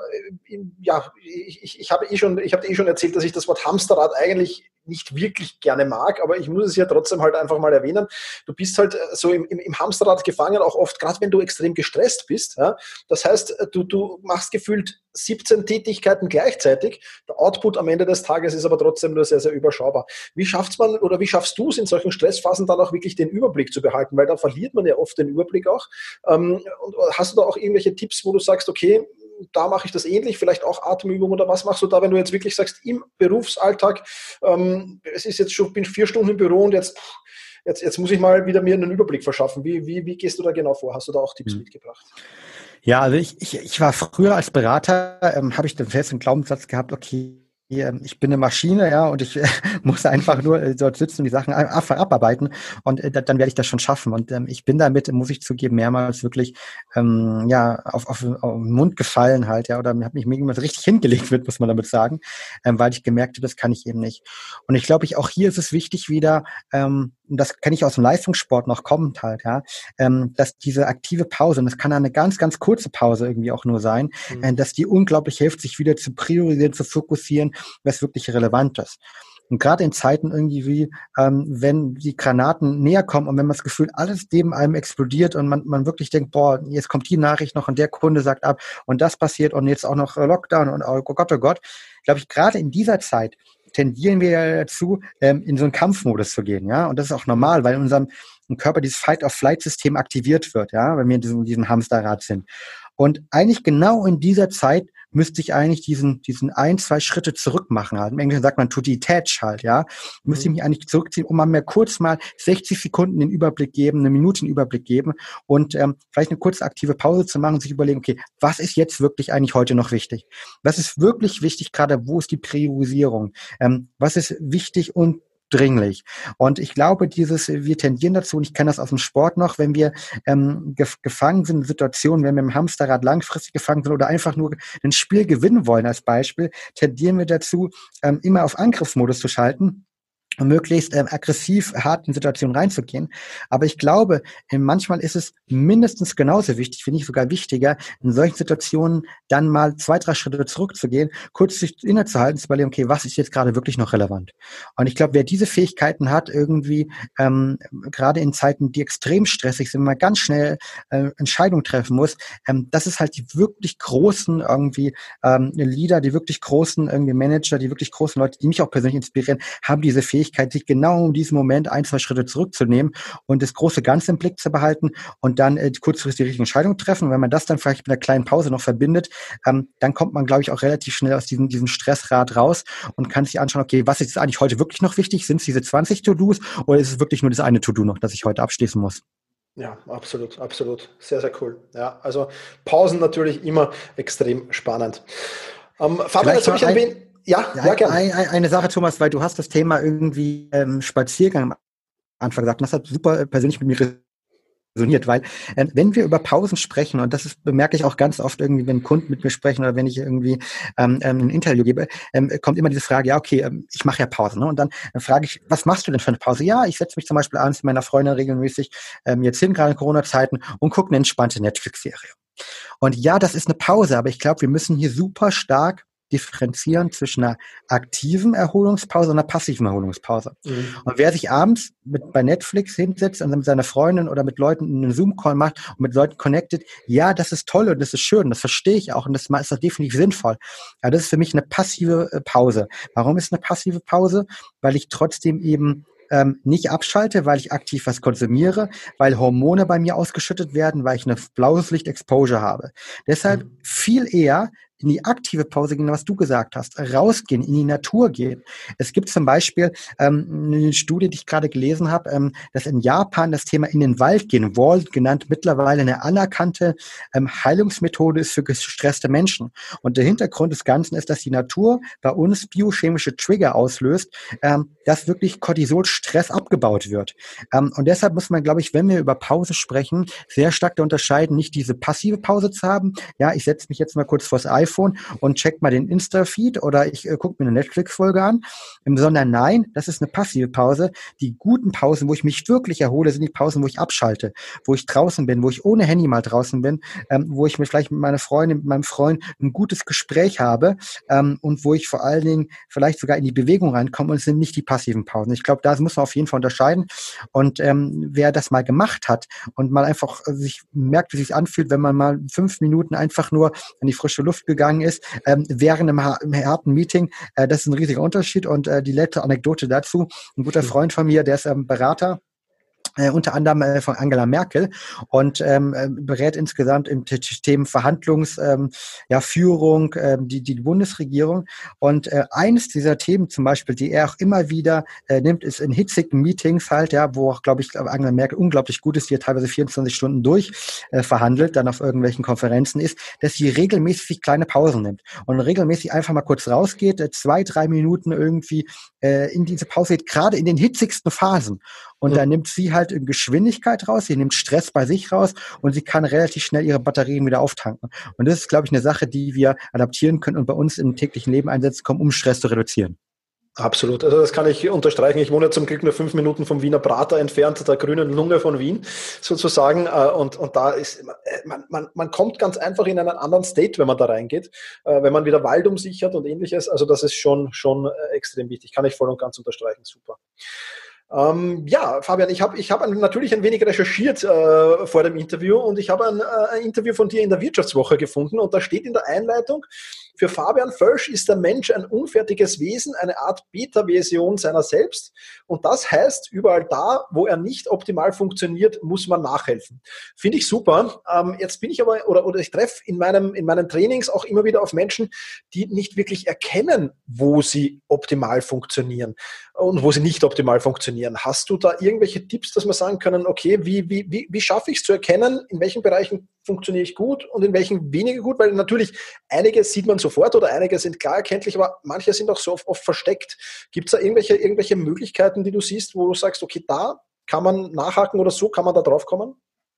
ja, ich, ich habe eh schon, ich habe eh schon erzählt, dass ich das Wort Hamsterrad eigentlich nicht wirklich gerne mag, aber ich muss es ja trotzdem halt einfach mal erwähnen. Du bist halt so im, im, im Hamsterrad gefangen, auch oft, gerade wenn du extrem gestresst bist. Ja? Das heißt, du, du machst gefühlt siebzehn Tätigkeiten gleichzeitig. Der Output am Ende des Tages ist aber trotzdem nur sehr, sehr überschaubar. Wie schafft man oder wie schaffst du es in solchen Stressphasen dann auch wirklich den Überblick zu behalten? Weil da verliert man ja oft den Überblick auch. Und hast du da auch irgendwelche Tipps, wo du sagst, okay, da mache ich das ähnlich, vielleicht auch Atemübungen oder was machst du da, wenn du jetzt wirklich sagst, im Berufsalltag, ähm, es ist jetzt schon, bin vier Stunden im Büro und jetzt, jetzt, jetzt muss ich mal wieder mir einen Überblick verschaffen. Wie, wie, wie gehst du da genau vor? Hast du da auch Tipps mhm. mitgebracht? Ja, also ich, ich, ich war früher als Berater, ähm, habe ich den festen Glaubenssatz gehabt, okay, ich bin eine Maschine, ja, und ich äh, muss einfach nur äh, dort sitzen und die Sachen ab, abarbeiten und äh, dann werde ich das schon schaffen. Und ähm, ich bin damit, muss ich zugeben, mehrmals wirklich ähm, ja auf, auf, auf den Mund gefallen halt, ja, oder habe mich irgendwas richtig hingelegt wird, muss man damit sagen, ähm, weil ich gemerkt habe, das kann ich eben nicht. Und ich glaube, ich auch hier ist es wichtig wieder, ähm, das kenne ich aus dem Leistungssport noch kommend halt, ja, ähm, dass diese aktive Pause, und das kann eine ganz, ganz kurze Pause irgendwie auch nur sein, mhm. äh, dass die unglaublich hilft, sich wieder zu priorisieren, zu fokussieren, was wirklich relevant ist. Und gerade in Zeiten irgendwie wie, ähm, wenn die Granaten näher kommen und wenn man das Gefühl, alles neben einem explodiert und man, man wirklich denkt, boah, jetzt kommt die Nachricht noch und der Kunde sagt ab und das passiert und jetzt auch noch Lockdown und oh Gott, oh Gott, glaube ich, gerade in dieser Zeit tendieren wir ja dazu, ähm, in so einen Kampfmodus zu gehen, ja, und das ist auch normal, weil in unserem im Körper dieses Fight-of-Flight-System aktiviert wird, ja, wenn wir in diesem, diesem Hamsterrad sind. Und eigentlich genau in dieser Zeit müsste ich eigentlich diesen, diesen ein, zwei Schritte zurück machen halt. Im Englischen sagt man to detach halt, ja. Müsste ich mich eigentlich zurückziehen und mal mehr kurz mal sechzig Sekunden den Überblick geben, eine Minute den Überblick geben und ähm, vielleicht eine kurze aktive Pause zu machen und sich überlegen, okay, was ist jetzt wirklich eigentlich heute noch wichtig? Was ist wirklich wichtig gerade? Wo ist die Priorisierung? Ähm, was ist wichtig und dringlich. Und ich glaube, dieses, wir tendieren dazu, und ich kenne das aus dem Sport noch, wenn wir ähm, gef- gefangen sind in Situationen, wenn wir im Hamsterrad langfristig gefangen sind oder einfach nur ein Spiel gewinnen wollen als Beispiel, tendieren wir dazu, ähm, immer auf Angriffsmodus zu schalten und möglichst ähm, aggressiv hart in Situationen reinzugehen. Aber ich glaube, äh, manchmal ist es mindestens genauso wichtig, finde ich sogar wichtiger, in solchen Situationen dann mal zwei, drei Schritte zurückzugehen, kurz sich innezuhalten, zu überlegen, okay, was ist jetzt gerade wirklich noch relevant? Und ich glaube, wer diese Fähigkeiten hat, irgendwie ähm, gerade in Zeiten, die extrem stressig sind, mal ganz schnell äh, Entscheidungen treffen muss, ähm, das ist halt die wirklich großen irgendwie ähm, Leader, die wirklich großen irgendwie Manager, die wirklich großen Leute, die mich auch persönlich inspirieren, haben diese Fähigkeit, sich genau in diesem Moment ein, zwei Schritte zurückzunehmen und das große Ganze im Blick zu behalten und dann äh, kurzfristig die richtige Entscheidung treffen. Und wenn man das dann vielleicht mit einer kleinen Pause noch verbindet, ähm, dann kommt man, glaube ich, auch relativ schnell aus diesem, diesem Stressrad raus und kann sich anschauen, okay, was ist jetzt eigentlich heute wirklich noch wichtig? Sind es diese zwanzig To-Dos oder ist es wirklich nur das eine To-Do noch, das ich heute abschließen muss? Ja, absolut, absolut. Sehr, sehr cool. Ja, also Pausen natürlich immer extrem spannend. Ähm, Fabian, jetzt habe ich ein wenig... Ja, ja, ja gerne. Ein, ein, eine Sache, Thomas, weil du hast das Thema irgendwie ähm, Spaziergang am Anfang gesagt und das hat super persönlich mit mir resoniert, weil äh, wenn wir über Pausen sprechen, und das ist, bemerke ich auch ganz oft irgendwie, wenn Kunden mit mir sprechen oder wenn ich irgendwie ähm, ein Interview gebe, ähm, kommt immer diese Frage, ja okay, ähm, ich mache ja Pausen, ne? Und dann äh, frage ich, was machst du denn für eine Pause? Ja, ich setze mich zum Beispiel abends mit meiner Freundin regelmäßig ähm, jetzt hin, gerade in Corona-Zeiten, und gucke eine entspannte Netflix-Serie. Und ja, das ist eine Pause, aber ich glaube, wir müssen hier super stark differenzieren zwischen einer aktiven Erholungspause und einer passiven Erholungspause. Mhm. Und wer sich abends mit bei Netflix hinsetzt und mit seiner Freundin oder mit Leuten einen Zoom-Call macht und mit Leuten connected, ja, das ist toll und das ist schön, das verstehe ich auch und das ist auch definitiv sinnvoll. Aber das ist für mich eine passive Pause. Warum ist eine passive Pause? Weil ich trotzdem eben ähm, nicht abschalte, weil ich aktiv was konsumiere, weil Hormone bei mir ausgeschüttet werden, weil ich eine blaues Licht-Exposure habe. Deshalb Mhm. viel eher in die aktive Pause gehen, was du gesagt hast, rausgehen, in die Natur gehen. Es gibt zum Beispiel ähm, eine Studie, die ich gerade gelesen habe, ähm, dass in Japan das Thema in den Wald gehen, Wald genannt, mittlerweile eine anerkannte ähm, Heilungsmethode ist für gestresste Menschen. Und der Hintergrund des Ganzen ist, dass die Natur bei uns biochemische Trigger auslöst, ähm, dass wirklich Cortisol-Stress abgebaut wird. Ähm, und deshalb muss man, glaube ich, wenn wir über Pause sprechen, sehr stark da unterscheiden, nicht diese passive Pause zu haben. Ja, ich setze mich jetzt mal kurz vors iPhone und check mal den Insta-Feed oder ich äh, gucke mir eine Netflix-Folge an, ähm, sondern nein, das ist eine passive Pause. Die guten Pausen, wo ich mich wirklich erhole, sind die Pausen, wo ich abschalte, wo ich draußen bin, wo ich ohne Handy mal draußen bin, ähm, wo ich mit vielleicht mit meiner Freundin, mit meinem Freund ein gutes Gespräch habe ähm, und wo ich vor allen Dingen vielleicht sogar in die Bewegung reinkomme, und es sind nicht die passiven Pausen. Ich glaube, da muss man auf jeden Fall unterscheiden. Und ähm, wer das mal gemacht hat und mal einfach äh, sich merkt, wie es sich anfühlt, wenn man mal fünf Minuten einfach nur an die frische Luft gegangen ist, ähm, während einem, einem harten Meeting, äh, das ist ein riesiger Unterschied. Und äh, die letzte Anekdote dazu, ein guter Freund von mir, der ist ähm, Berater, Äh, unter anderem äh, von Angela Merkel und ähm, äh, berät insgesamt im T- Themen Verhandlungs, ähm, ja, Führung, ähm, die, die Bundesregierung. Und äh, eines dieser Themen zum Beispiel, die er auch immer wieder äh, nimmt, ist in hitzigen Meetings halt, ja, wo auch, glaube ich, Angela Merkel unglaublich gut ist, die ja teilweise vierundzwanzig Stunden durch äh, verhandelt, dann auf irgendwelchen Konferenzen ist, dass sie regelmäßig kleine Pausen nimmt und regelmäßig einfach mal kurz rausgeht, äh, zwei, drei Minuten irgendwie äh, in diese Pause geht, gerade in den hitzigsten Phasen. Und Mhm. da nimmt sie halt in Geschwindigkeit raus, sie nimmt Stress bei sich raus und sie kann relativ schnell ihre Batterien wieder auftanken. Und das ist, glaube ich, eine Sache, die wir adaptieren können und bei uns im täglichen Leben einsetzen können, um Stress zu reduzieren. Absolut. Also das kann ich unterstreichen. Ich wohne zum Glück nur fünf Minuten vom Wiener Prater entfernt, der grünen Lunge von Wien sozusagen. Und, und da ist, man, man, man kommt ganz einfach in einen anderen State, wenn man da reingeht, wenn man wieder Wald um sich hat und ähnliches. Also das ist schon, schon extrem wichtig. Kann ich voll und ganz unterstreichen. Super. Ähm, ja, Fabian, ich habe ich hab natürlich ein wenig recherchiert äh, vor dem Interview und ich habe ein, äh, ein Interview von dir in der Wirtschaftswoche gefunden und da steht in der Einleitung, für Fabian Völsch ist der Mensch ein unfertiges Wesen, eine Art Beta-Version seiner selbst und das heißt, überall da, wo er nicht optimal funktioniert, muss man nachhelfen. Finde ich super. Ähm, jetzt bin ich aber, oder, oder ich treffe in, meinem, in meinen Trainings auch immer wieder auf Menschen, die nicht wirklich erkennen, wo sie optimal funktionieren und wo sie nicht optimal funktionieren. Hast du da irgendwelche Tipps, dass wir sagen können, okay, wie, wie, wie, wie schaffe ich es zu erkennen, in welchen Bereichen funktioniere ich gut und in welchen weniger gut? Weil natürlich einige sieht man sofort oder einige sind klar erkenntlich, aber manche sind auch so oft, oft versteckt. Gibt es da irgendwelche, irgendwelche Möglichkeiten, die du siehst, wo du sagst, okay, da kann man nachhaken oder so kann man da drauf kommen?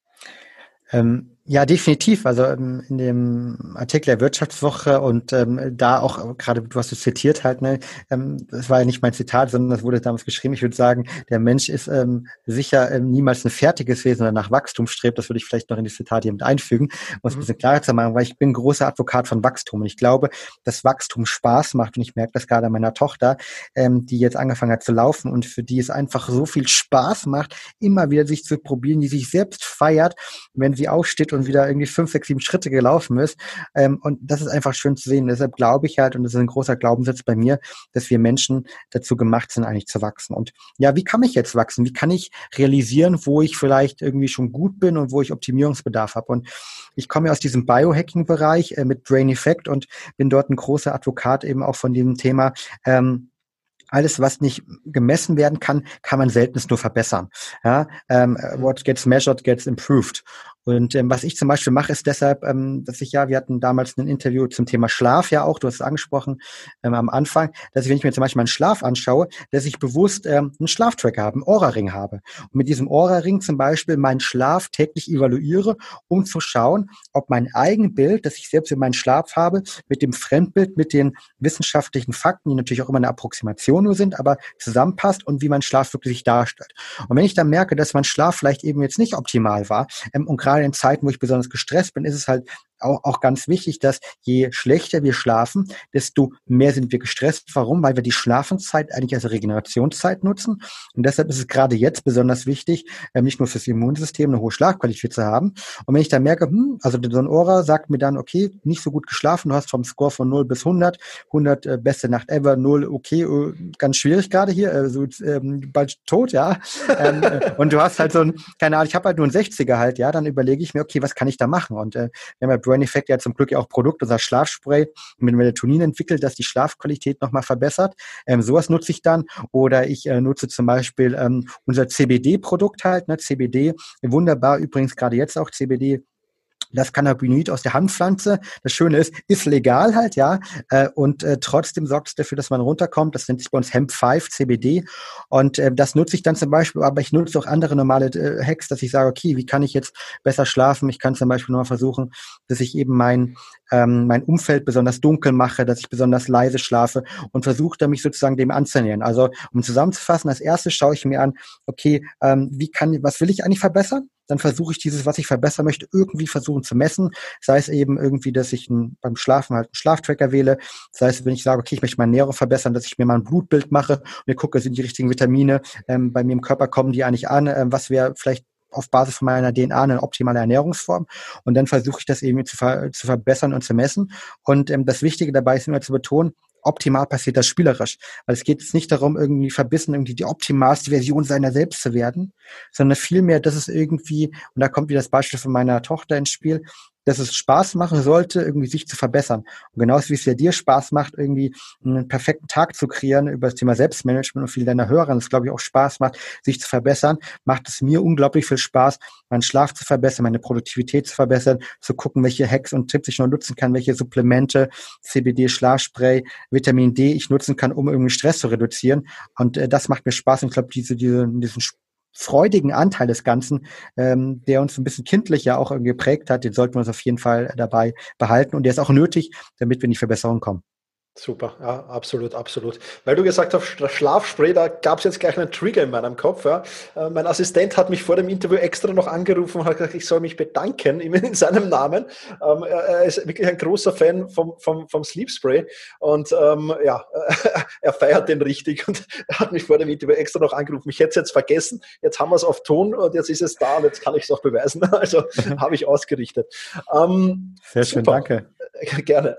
Ähm, ja, definitiv. Also ähm, in dem Artikel der Wirtschaftswoche und ähm, da auch äh, gerade, du hast es zitiert halt, ne, ähm, das war ja nicht mein Zitat, sondern das wurde damals geschrieben. Ich würde sagen, der Mensch ist ähm, sicher ähm, niemals ein fertiges Wesen oder nach Wachstum strebt. Das würde ich vielleicht noch in die Zitat hier mit einfügen, um es ein bisschen klarer zu machen, weil ich bin großer Advokat von Wachstum und ich glaube, dass Wachstum Spaß macht und ich merke das gerade an meiner Tochter, ähm, die jetzt angefangen hat zu laufen und für die es einfach so viel Spaß macht, immer wieder sich zu probieren, die sich selbst feiert, wenn sie aufsteht und wieder irgendwie fünf, sechs, sieben Schritte gelaufen ist. Ähm, und das ist einfach schön zu sehen. Deshalb glaube ich halt, und das ist ein großer Glaubenssatz bei mir, dass wir Menschen dazu gemacht sind, eigentlich zu wachsen. Und ja, wie kann ich jetzt wachsen? Wie kann ich realisieren, wo ich vielleicht irgendwie schon gut bin und wo ich Optimierungsbedarf habe? Und ich komme ja aus diesem Biohacking-Bereich äh, mit Brain Effect und bin dort ein großer Advokat eben auch von diesem Thema, ähm, alles, was nicht gemessen werden kann, kann man seltenst nur verbessern. Ja, ähm, what gets measured gets improved. Und ähm, was ich zum Beispiel mache, ist deshalb, ähm, dass ich ja, wir hatten damals ein Interview zum Thema Schlaf ja auch, du hast es angesprochen ähm, am Anfang, dass ich, wenn ich mir zum Beispiel meinen Schlaf anschaue, dass ich bewusst ähm, einen Schlaftracker habe, einen Oura-Ring habe. Und mit diesem Oura-Ring zum Beispiel meinen Schlaf täglich evaluiere, um zu schauen, ob mein Eigenbild, das ich selbst in meinen Schlaf habe, mit dem Fremdbild, mit den wissenschaftlichen Fakten, die natürlich auch immer eine Approximation nur sind, aber zusammenpasst und wie mein Schlaf wirklich sich darstellt. Und wenn ich dann merke, dass mein Schlaf vielleicht eben jetzt nicht optimal war ähm, und gerade in Zeiten, wo ich besonders gestresst bin, ist es halt auch, auch ganz wichtig, dass je schlechter wir schlafen, desto mehr sind wir gestresst. Warum? Weil wir die Schlafenszeit eigentlich als Regenerationszeit nutzen. Und deshalb ist es gerade jetzt besonders wichtig, äh, nicht nur fürs Immunsystem eine hohe Schlafqualität zu haben. Und wenn ich dann merke, hm, also so ein Aura sagt mir dann, okay, nicht so gut geschlafen, du hast vom Score von null bis hundert, hundert äh, beste Nacht ever, null okay, äh, ganz schwierig gerade hier, äh, so ähm, bald tot, ja. ähm, äh, und du hast halt so ein, keine Ahnung, ich habe halt nur einen sechziger halt, ja, dann überlege ich mir, okay, was kann ich da machen? Und äh, wir haben bei Brain Effect ja zum Glück ja auch Produkt, unser Schlafspray mit Melatonin entwickelt, das die Schlafqualität nochmal verbessert. Ähm, sowas nutze ich dann. Oder ich äh, nutze zum Beispiel ähm, unser C B D-Produkt halt, ne, C B D, wunderbar, übrigens gerade jetzt auch C B D, das Cannabinoid aus der Hanfpflanze. Das Schöne ist, ist legal halt, ja, äh, und äh, trotzdem sorgt es dafür, dass man runterkommt. Das nennt sich bei uns Hemp fünf C B D und äh, das nutze ich dann zum Beispiel, aber ich nutze auch andere normale äh, Hacks, dass ich sage, okay, wie kann ich jetzt besser schlafen? Ich kann zum Beispiel nochmal versuchen, dass ich eben mein ähm, mein Umfeld besonders dunkel mache, dass ich besonders leise schlafe und versuche da mich sozusagen dem anzunähern. Also um zusammenzufassen, als erstes schaue ich mir an, okay, ähm, wie kann, was will ich eigentlich verbessern? Dann versuche ich dieses, was ich verbessern möchte, irgendwie versuchen zu messen. Sei es eben irgendwie, dass ich ein, beim Schlafen halt einen Schlaftracker wähle. Sei es, wenn ich sage, okay, ich möchte meine Ernährung verbessern, dass ich mir mal ein Blutbild mache und mir gucke, sind die richtigen Vitamine ähm, bei mir im Körper, kommen die eigentlich an, ähm, was wäre vielleicht auf Basis von meiner D N A eine optimale Ernährungsform. Und dann versuche ich das eben zu, ver- zu verbessern und zu messen. Und ähm, das Wichtige dabei ist immer zu betonen, optimal passiert das spielerisch. Weil es geht jetzt nicht darum, irgendwie verbissen, irgendwie die optimalste Version seiner selbst zu werden, sondern vielmehr, dass es irgendwie, und da kommt wieder das Beispiel von meiner Tochter ins Spiel, dass es Spaß machen sollte, irgendwie sich zu verbessern. Und genauso wie es ja dir Spaß macht, irgendwie einen perfekten Tag zu kreieren über das Thema Selbstmanagement und viele deiner Hörer, das glaube ich auch Spaß macht, sich zu verbessern, macht es mir unglaublich viel Spaß, meinen Schlaf zu verbessern, meine Produktivität zu verbessern, zu gucken, welche Hacks und Tipps ich noch nutzen kann, welche Supplemente, C B D, Schlafspray, Vitamin D ich nutzen kann, um irgendwie Stress zu reduzieren. Und äh, das macht mir Spaß. Und ich glaube, diese, diese, diesen freudigen Anteil des Ganzen, ähm, der uns ein bisschen kindlich ja auch irgendwie geprägt hat, den sollten wir uns auf jeden Fall dabei behalten. Und der ist auch nötig, damit wir in die Verbesserung kommen. Super, ja, absolut, absolut. Weil du gesagt hast, Schlafspray, da gab es jetzt gleich einen Trigger in meinem Kopf. Ja. Äh, mein Assistent hat mich vor dem Interview extra noch angerufen und hat gesagt, ich soll mich bedanken in seinem Namen. Ähm, er ist wirklich ein großer Fan vom, vom, vom Sleep Spray und ähm, ja, er feiert den richtig und er hat mich vor dem Interview extra noch angerufen. Ich hätte es jetzt vergessen, jetzt haben wir es auf Ton und jetzt ist es da und jetzt kann ich es auch beweisen. Also habe ich ausgerichtet. Ähm, Sehr schön, super. Danke. Gerne.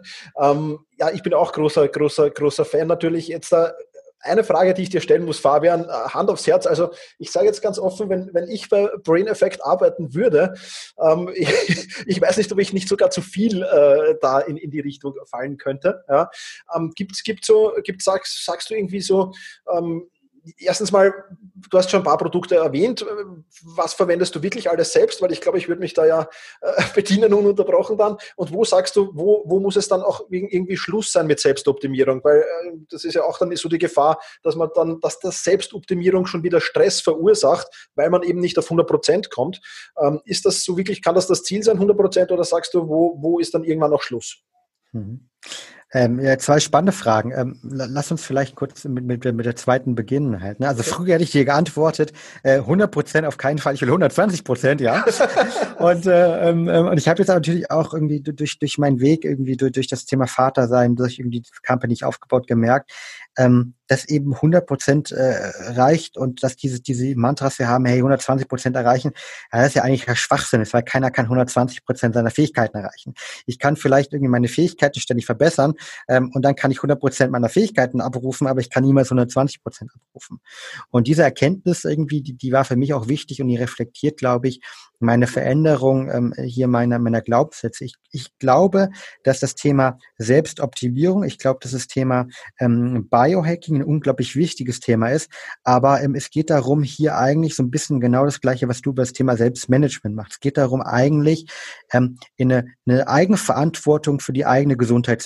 ähm, ja, ich bin auch großer, großer, großer Fan natürlich. Jetzt da eine Frage, die ich dir stellen muss, Fabian, Hand aufs Herz. Also ich sage jetzt ganz offen, wenn, wenn ich bei Brain Effect arbeiten würde, ähm, ich, ich weiß nicht, ob ich nicht sogar zu viel äh, da in, in die Richtung fallen könnte. Ja. Ähm, gibt's, gibt so, gibt, sagst, sagst du irgendwie so, ähm, erstens mal, du hast schon ein paar Produkte erwähnt. Was verwendest du wirklich alles selbst? Weil ich glaube, ich würde mich da ja äh, bedienen ununterbrochen dann. Und wo sagst du, wo, wo muss es dann auch irgendwie Schluss sein mit Selbstoptimierung? Weil äh, das ist ja auch dann so die Gefahr, dass man dann, dass das Selbstoptimierung schon wieder Stress verursacht, weil man eben nicht auf hundert Prozent kommt. Ähm, ist das so wirklich, kann das das Ziel sein, hundert Prozent? Oder sagst du, wo, wo ist dann irgendwann noch Schluss? Mhm. Ähm, ja, zwei spannende Fragen. Ähm, lass uns vielleicht kurz mit, mit, mit der zweiten beginnen halt. Ne? Also okay. Früher hätte ich dir geantwortet, äh, hundert Prozent auf keinen Fall, ich will hundertzwanzig Prozent, ja. und, äh, ähm, und ich habe jetzt natürlich auch irgendwie durch, durch meinen Weg, irgendwie durch, durch das Thema Vatersein, durch irgendwie die Company aufgebaut, gemerkt, ähm, dass eben hundert Prozent äh, reicht und dass diese, diese Mantras wir haben, hey, hundertzwanzig Prozent erreichen, ja, das ist ja eigentlich ein Schwachsinn, weil keiner kann hundertzwanzig Prozent seiner Fähigkeiten erreichen. Ich kann vielleicht irgendwie meine Fähigkeiten ständig verbessern ähm, und dann kann ich hundert Prozent meiner Fähigkeiten abrufen, aber ich kann niemals hundertzwanzig Prozent abrufen. Und diese Erkenntnis irgendwie, die, die war für mich auch wichtig und die reflektiert, glaube ich, meine Veränderung ähm, hier meiner, meiner Glaubenssätze. Ich, ich glaube, dass das Thema Selbstoptimierung, ich glaube, dass das Thema ähm, Biohacking ein unglaublich wichtiges Thema ist, aber ähm, es geht darum, hier eigentlich so ein bisschen genau das Gleiche, was du über das Thema Selbstmanagement machst. Es geht darum, eigentlich ähm, in eine, eine Eigenverantwortung für die eigene Gesundheit zu übernehmen.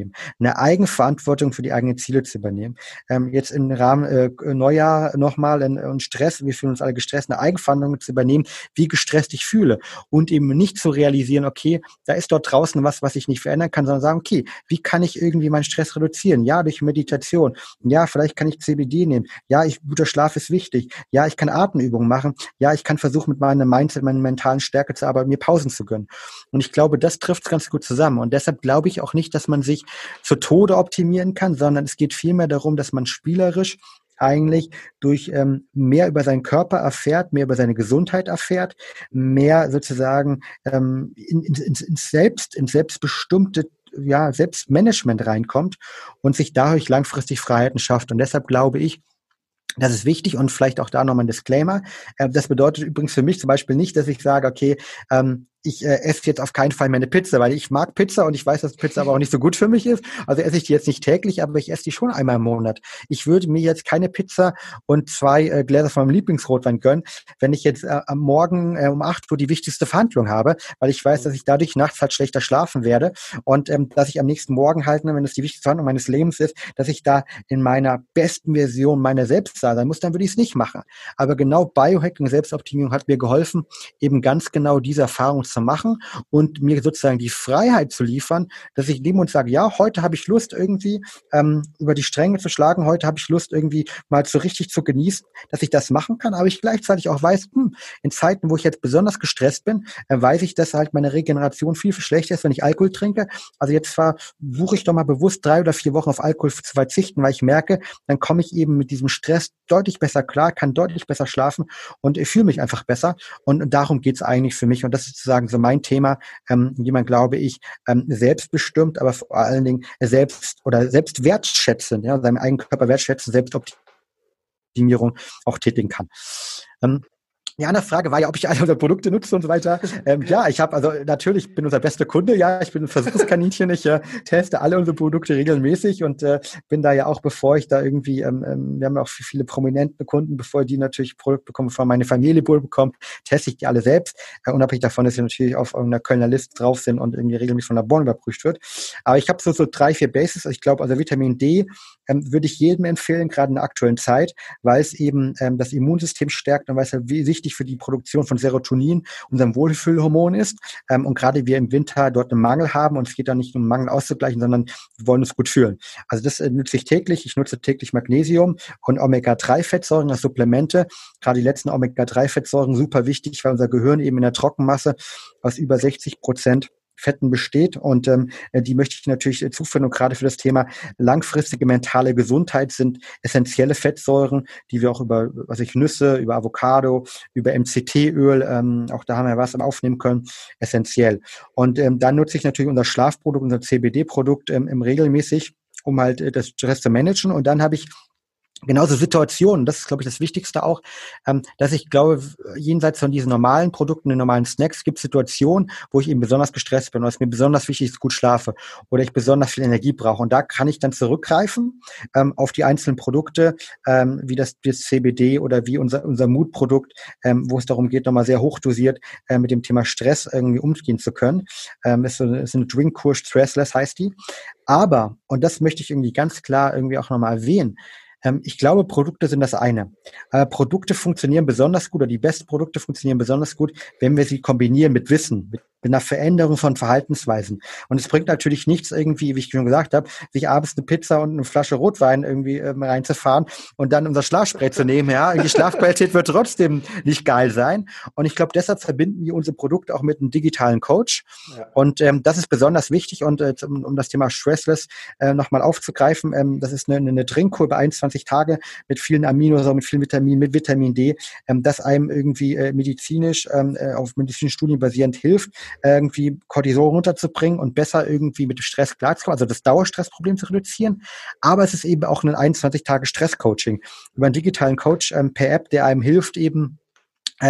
übernehmen, eine Eigenverantwortung für die eigenen Ziele zu übernehmen. Ähm, jetzt im Rahmen äh, Neujahr nochmal und Stress, wir fühlen uns alle gestresst, eine Eigenverantwortung zu übernehmen, wie gestresst ich fühle und eben nicht zu realisieren, okay, da ist dort draußen was, was ich nicht verändern kann, sondern sagen, okay, wie kann ich irgendwie meinen Stress reduzieren? Ja, durch Meditation. Ja, vielleicht kann ich C B D nehmen. Ja, ich, guter Schlaf ist wichtig. Ja, ich kann Atemübungen machen. Ja, ich kann versuchen, mit meinem Mindset, meiner mentalen Stärke zu arbeiten, mir Pausen zu gönnen. Und ich glaube, das trifft es ganz gut zusammen. Und deshalb glaube ich auch nicht, dass man sich zu Tode optimieren kann, sondern es geht vielmehr darum, dass man spielerisch eigentlich durch ähm, mehr über seinen Körper erfährt, mehr über seine Gesundheit erfährt, mehr sozusagen ähm, in, in, ins, ins Selbst, ins selbstbestimmte ja, Selbstmanagement reinkommt und sich dadurch langfristig Freiheiten schafft. Und deshalb glaube ich, das ist wichtig und vielleicht auch da nochmal ein Disclaimer. Äh, das bedeutet übrigens für mich zum Beispiel nicht, dass ich sage, okay, ähm, ich äh, esse jetzt auf keinen Fall mehr eine Pizza, weil ich mag Pizza und ich weiß, dass Pizza aber auch nicht so gut für mich ist. Also esse ich die jetzt nicht täglich, aber ich esse die schon einmal im Monat. Ich würde mir jetzt keine Pizza und zwei äh, Gläser von meinem Lieblingsrotwein gönnen, wenn ich jetzt äh, am Morgen äh, um acht Uhr die wichtigste Verhandlung habe, weil ich weiß, dass ich dadurch nachts halt schlechter schlafen werde und ähm, dass ich am nächsten Morgen halt, wenn es die wichtigste Verhandlung meines Lebens ist, dass ich da in meiner besten Version meiner selbst sein muss, dann würde ich es nicht machen. Aber genau Biohacking, Selbstoptimierung hat mir geholfen, eben ganz genau diese Erfahrung zu machen und mir sozusagen die Freiheit zu liefern, dass ich nehme und sage, ja, heute habe ich Lust irgendwie ähm, über die Stränge zu schlagen, heute habe ich Lust irgendwie mal so richtig zu genießen, dass ich das machen kann, aber ich gleichzeitig auch weiß, hm, in Zeiten, wo ich jetzt besonders gestresst bin, äh, weiß ich, dass halt meine Regeneration viel, viel schlechter ist, wenn ich Alkohol trinke. Also jetzt versuche ich doch mal bewusst drei oder vier Wochen auf Alkohol zu verzichten, weil ich merke, dann komme ich eben mit diesem Stress deutlich besser klar, kann deutlich besser schlafen und ich fühle mich einfach besser. Und darum geht es eigentlich für mich. Und das ist sozusagen so mein Thema, ähm, wie man, glaube ich, ähm, selbstbestimmt, aber vor allen Dingen selbst oder selbst wertschätzend, ja, seinen eigenen Körper wertschätzen, Selbstoptimierung auch tätigen kann. Ähm, Die andere Frage war ja, ob ich alle unsere Produkte nutze und so weiter. Ähm, ja, ich habe, also natürlich bin unser bester Kunde, ja, ich bin ein Versuchskaninchen, ich äh, teste alle unsere Produkte regelmäßig und äh, bin da ja auch, bevor ich da irgendwie, ähm, ähm, wir haben ja auch viele prominente Kunden, bevor die natürlich Produkte bekommen, bevor meine Familie Bull bekommt, teste ich die alle selbst, äh, unabhängig davon, dass sie natürlich auf irgendeiner Kölner Liste drauf sind und irgendwie regelmäßig von Laboren überprüft wird. Aber ich habe so, so drei, vier Bases, ich glaube, also Vitamin D ähm, würde ich jedem empfehlen, gerade in der aktuellen Zeit, weil es eben ähm, das Immunsystem stärkt und weil es halt wichtig für die Produktion von Serotonin, unserem Wohlfühlhormon ist. Ähm, und gerade wir im Winter dort einen Mangel haben und es geht da nicht um Mangel auszugleichen, sondern wir wollen uns gut fühlen. Also das äh, nutze ich täglich. Ich nutze täglich Magnesium und Omega drei Fettsäuren als Supplemente. Gerade die letzten Omega drei Fettsäuren super wichtig, weil unser Gehirn eben in der Trockenmasse aus über sechzig Prozent Fetten besteht und ähm, die möchte ich natürlich äh, zuführen und gerade für das Thema langfristige mentale Gesundheit sind essentielle Fettsäuren, die wir auch über, was ich Nüsse, über Avocado, über M C T-Öl, ähm, auch da haben wir was aufnehmen können, essentiell. Und ähm, dann nutze ich natürlich unser Schlafprodukt, unser C B D-Produkt ähm, im regelmäßig, um halt äh, das Stress zu managen und dann habe ich genauso Situationen, das ist, glaube ich, das Wichtigste auch, ähm, dass ich glaube, jenseits von diesen normalen Produkten, den normalen Snacks, gibt es Situationen, wo ich eben besonders gestresst bin oder es mir besonders wichtig ist, gut schlafe oder ich besonders viel Energie brauche. Und da kann ich dann zurückgreifen ähm, auf die einzelnen Produkte, ähm, wie das, das C B D oder wie unser, unser Mood-Produkt, ähm, wo es darum geht, nochmal sehr hochdosiert äh, mit dem Thema Stress irgendwie umgehen zu können. Ähm, ist, so, ist eine Drinkkur Stressless, heißt die. Aber, und das möchte ich irgendwie ganz klar irgendwie auch nochmal erwähnen, ich glaube, Produkte sind das eine. Aber Produkte funktionieren besonders gut oder die besten Produkte funktionieren besonders gut, wenn wir sie kombinieren mit Wissen, mit, mit einer Veränderung von Verhaltensweisen. Und es bringt natürlich nichts irgendwie, wie ich schon gesagt habe, sich abends eine Pizza und eine Flasche Rotwein irgendwie ähm, reinzufahren und dann unser Schlafspray zu nehmen. Ja, die Schlafqualität wird trotzdem nicht geil sein. Und ich glaube, deshalb verbinden wir unsere Produkte auch mit einem digitalen Coach. Ja. Und ähm, das ist besonders wichtig. Und äh, um, um das Thema Stressless äh, nochmal aufzugreifen, ähm, das ist eine, eine Trinkkur über einundzwanzig Tage mit vielen Aminosäuren, mit vielen Vitaminen, mit Vitamin D, ähm, das einem irgendwie äh, medizinisch, ähm, äh, auf medizinischen Studien basierend hilft, äh, irgendwie Cortisol runterzubringen und besser irgendwie mit dem Stress klarzukommen, also das Dauerstressproblem zu reduzieren. Aber es ist eben auch ein einundzwanzig Tage Stresscoaching über einen digitalen Coach ähm, per App, der einem hilft, eben ähm,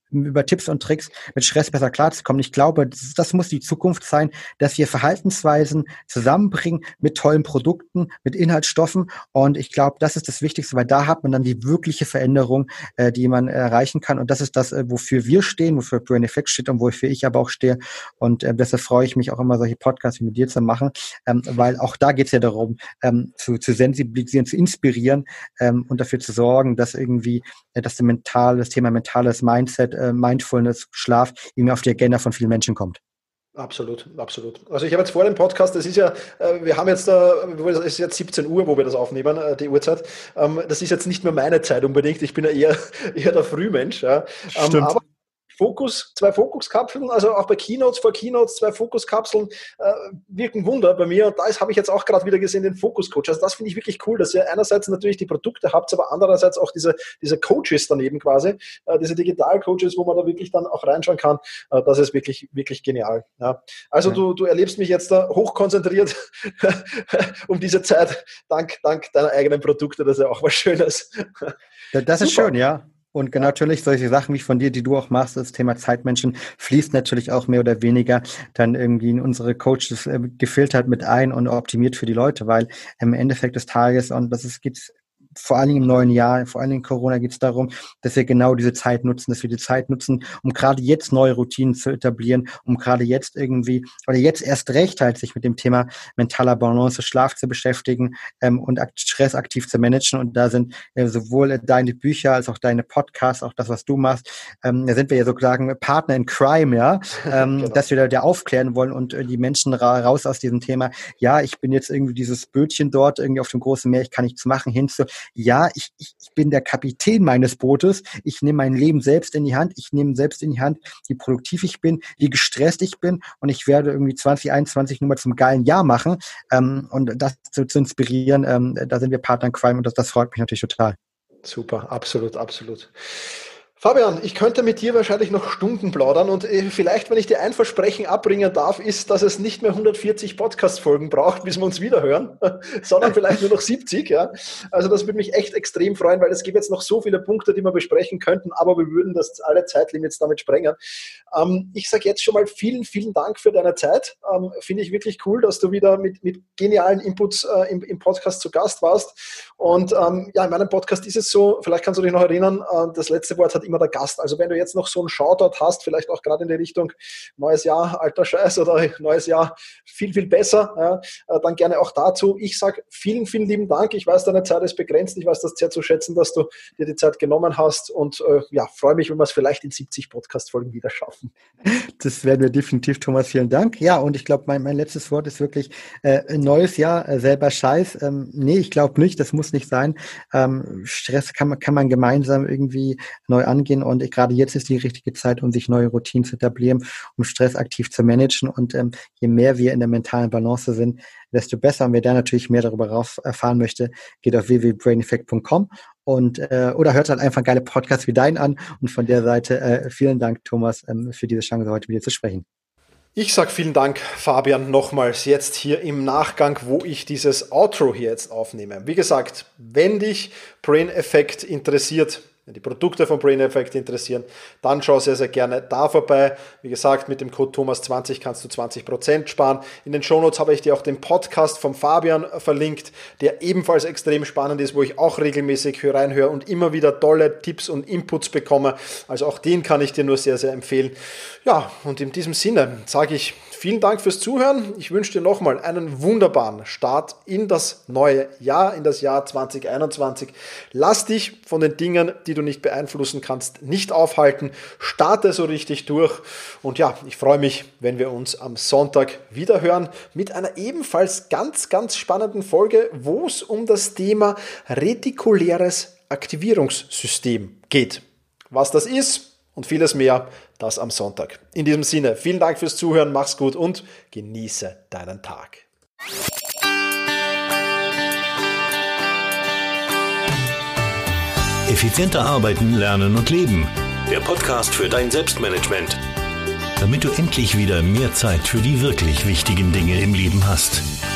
über Tipps und Tricks mit Stress besser klarzukommen. Ich glaube, das, das muss die Zukunft sein, dass wir Verhaltensweisen zusammenbringen mit tollen Produkten, mit Inhaltsstoffen. Und ich glaube, das ist das Wichtigste, weil da hat man dann die wirkliche Veränderung, äh, die man erreichen kann. Und das ist das, äh, wofür wir stehen, wofür Brain Effect steht und wofür ich aber auch stehe. Und äh, deshalb freue ich mich auch immer, solche Podcasts wie mit dir zu machen, ähm, weil auch da geht es ja darum, ähm, zu, zu sensibilisieren, zu inspirieren ähm, und dafür zu sorgen, dass irgendwie äh, das, mental, das Thema mentales Mindset, äh, Mindfulness, Schlaf irgendwie auf die Agenda von vielen Menschen kommt. Absolut, absolut. Also ich habe jetzt vor dem Podcast, das ist ja, wir haben jetzt, es ist jetzt siebzehn Uhr, wo wir das aufnehmen, die Uhrzeit. Das ist jetzt nicht mehr meine Zeit unbedingt, ich bin ja eher, eher der Frühmensch. Ja. Stimmt. Aber Fokus, zwei Fokuskapseln, also auch bei Keynotes, vor Keynotes, zwei Fokuskapseln äh, wirken Wunder bei mir. Und da habe ich jetzt auch gerade wieder gesehen, den Fokuscoach. Also das finde ich wirklich cool, dass ihr einerseits natürlich die Produkte habt, aber andererseits auch diese, diese Coaches daneben quasi, äh, diese Digital-Coaches, wo man da wirklich dann auch reinschauen kann. Äh, das ist wirklich, wirklich genial. Ja. Also ja. du, du erlebst mich jetzt da hochkonzentriert um diese Zeit, dank, dank deiner eigenen Produkte. Das ist ja auch was Schönes. Das ist Super. Schön, ja. Und genau, natürlich solche Sachen wie von dir, die du auch machst, das Thema Zeitmenschen, fließt natürlich auch mehr oder weniger dann irgendwie in unsere Coaches äh, gefiltert mit ein und optimiert für die Leute, weil im Endeffekt des Tages, und das ist, gibt's vor allen Dingen im neuen Jahr, vor allen Dingen Corona, geht es darum, dass wir genau diese Zeit nutzen, dass wir die Zeit nutzen, um gerade jetzt neue Routinen zu etablieren, um gerade jetzt irgendwie, oder jetzt erst recht halt sich mit dem Thema mentaler Balance, Schlaf zu beschäftigen ähm, und Stress aktiv zu managen. Und da sind äh, sowohl deine Bücher als auch deine Podcasts, auch das, was du machst, ähm, da sind wir ja sozusagen Partner in Crime, ja, ähm, genau. dass wir da, da aufklären wollen und äh, die Menschen ra- raus aus diesem Thema, ja, ich bin jetzt irgendwie dieses Bötchen dort irgendwie auf dem großen Meer, ich kann nichts machen, hin zu ja, ich, ich, ich bin der Kapitän meines Bootes, ich nehme mein Leben selbst in die Hand, ich nehme selbst in die Hand, wie produktiv ich bin, wie gestresst ich bin und ich werde irgendwie zwanzig einundzwanzig nur mal zum geilen Jahr machen ähm, und das zu, zu inspirieren, ähm, da sind wir Partner in Crime und das, das freut mich natürlich total. Super, absolut, absolut. Fabian, ich könnte mit dir wahrscheinlich noch Stunden plaudern und vielleicht, wenn ich dir ein Versprechen abbringen darf, ist, dass es nicht mehr hundertvierzig Podcast-Folgen braucht, bis wir uns wieder hören, sondern vielleicht nur noch siebzig. Ja. Also das würde mich echt extrem freuen, weil es gibt jetzt noch so viele Punkte, die wir besprechen könnten, aber wir würden das alle Zeitlimits damit sprengen. Ähm, ich sage jetzt schon mal vielen, vielen Dank für deine Zeit. Ähm, finde ich wirklich cool, dass du wieder mit, mit genialen Inputs äh, im, im Podcast zu Gast warst. Und ähm, ja, in meinem Podcast ist es so, vielleicht kannst du dich noch erinnern, äh, das letzte Wort hat immer der Gast. Also wenn du jetzt noch so einen Shoutout hast, vielleicht auch gerade in die Richtung neues Jahr, alter Scheiß oder neues Jahr viel, viel besser, ja, dann gerne auch dazu. Ich sage vielen, vielen lieben Dank. Ich weiß, deine Zeit ist begrenzt. Ich weiß das sehr zu schätzen, dass du dir die Zeit genommen hast und äh, ja, freue mich, wenn wir es vielleicht in siebzig Podcast-Folgen wieder schaffen. Das werden wir definitiv, Thomas. Vielen Dank. Ja, und ich glaube, mein, mein letztes Wort ist wirklich äh, neues Jahr, äh, selber Scheiß. Ähm, nee, ich glaube nicht. Das muss nicht sein. Ähm, Stress kann man, kann man gemeinsam irgendwie neu angehen. Und ich, gerade jetzt ist die richtige Zeit, um sich neue Routinen zu etablieren, um Stress aktiv zu managen. Und ähm, je mehr wir in der mentalen Balance sind, desto besser. Und wer da natürlich mehr darüber rauf erfahren möchte, geht auf w w w punkt brain effect punkt com und äh, oder hört halt einfach geile Podcasts wie deinen an. Und von der Seite äh, vielen Dank, Thomas, ähm, für diese Chance, heute mit dir zu sprechen. Ich sage vielen Dank, Fabian, nochmals jetzt hier im Nachgang, wo ich dieses Outro hier jetzt aufnehme. Wie gesagt, wenn dich Brain Effect interessiert, wenn die Produkte von Brain Effect interessieren, dann schau sehr, sehr gerne da vorbei. Wie gesagt, mit dem Code Thomas zwanzig kannst du zwanzig Prozent sparen. In den Shownotes habe ich dir auch den Podcast vom Fabian verlinkt, der ebenfalls extrem spannend ist, wo ich auch regelmäßig reinhöre und immer wieder tolle Tipps und Inputs bekomme. Also auch den kann ich dir nur sehr, sehr empfehlen. Ja, und in diesem Sinne sage ich vielen Dank fürs Zuhören. Ich wünsche dir nochmal einen wunderbaren Start in das neue Jahr, in das Jahr zwanzig einundzwanzig. Lass dich von den Dingen, die du nicht beeinflussen kannst, nicht aufhalten. Starte so richtig durch. Und ja, ich freue mich, wenn wir uns am Sonntag wieder hören mit einer ebenfalls ganz, ganz spannenden Folge, wo es um das Thema retikuläres Aktivierungssystem geht. Was das ist und vieles mehr, das am Sonntag. In diesem Sinne, vielen Dank fürs Zuhören, mach's gut und genieße deinen Tag. Effizienter arbeiten, lernen und leben. Der Podcast für dein Selbstmanagement. Damit du endlich wieder mehr Zeit für die wirklich wichtigen Dinge im Leben hast.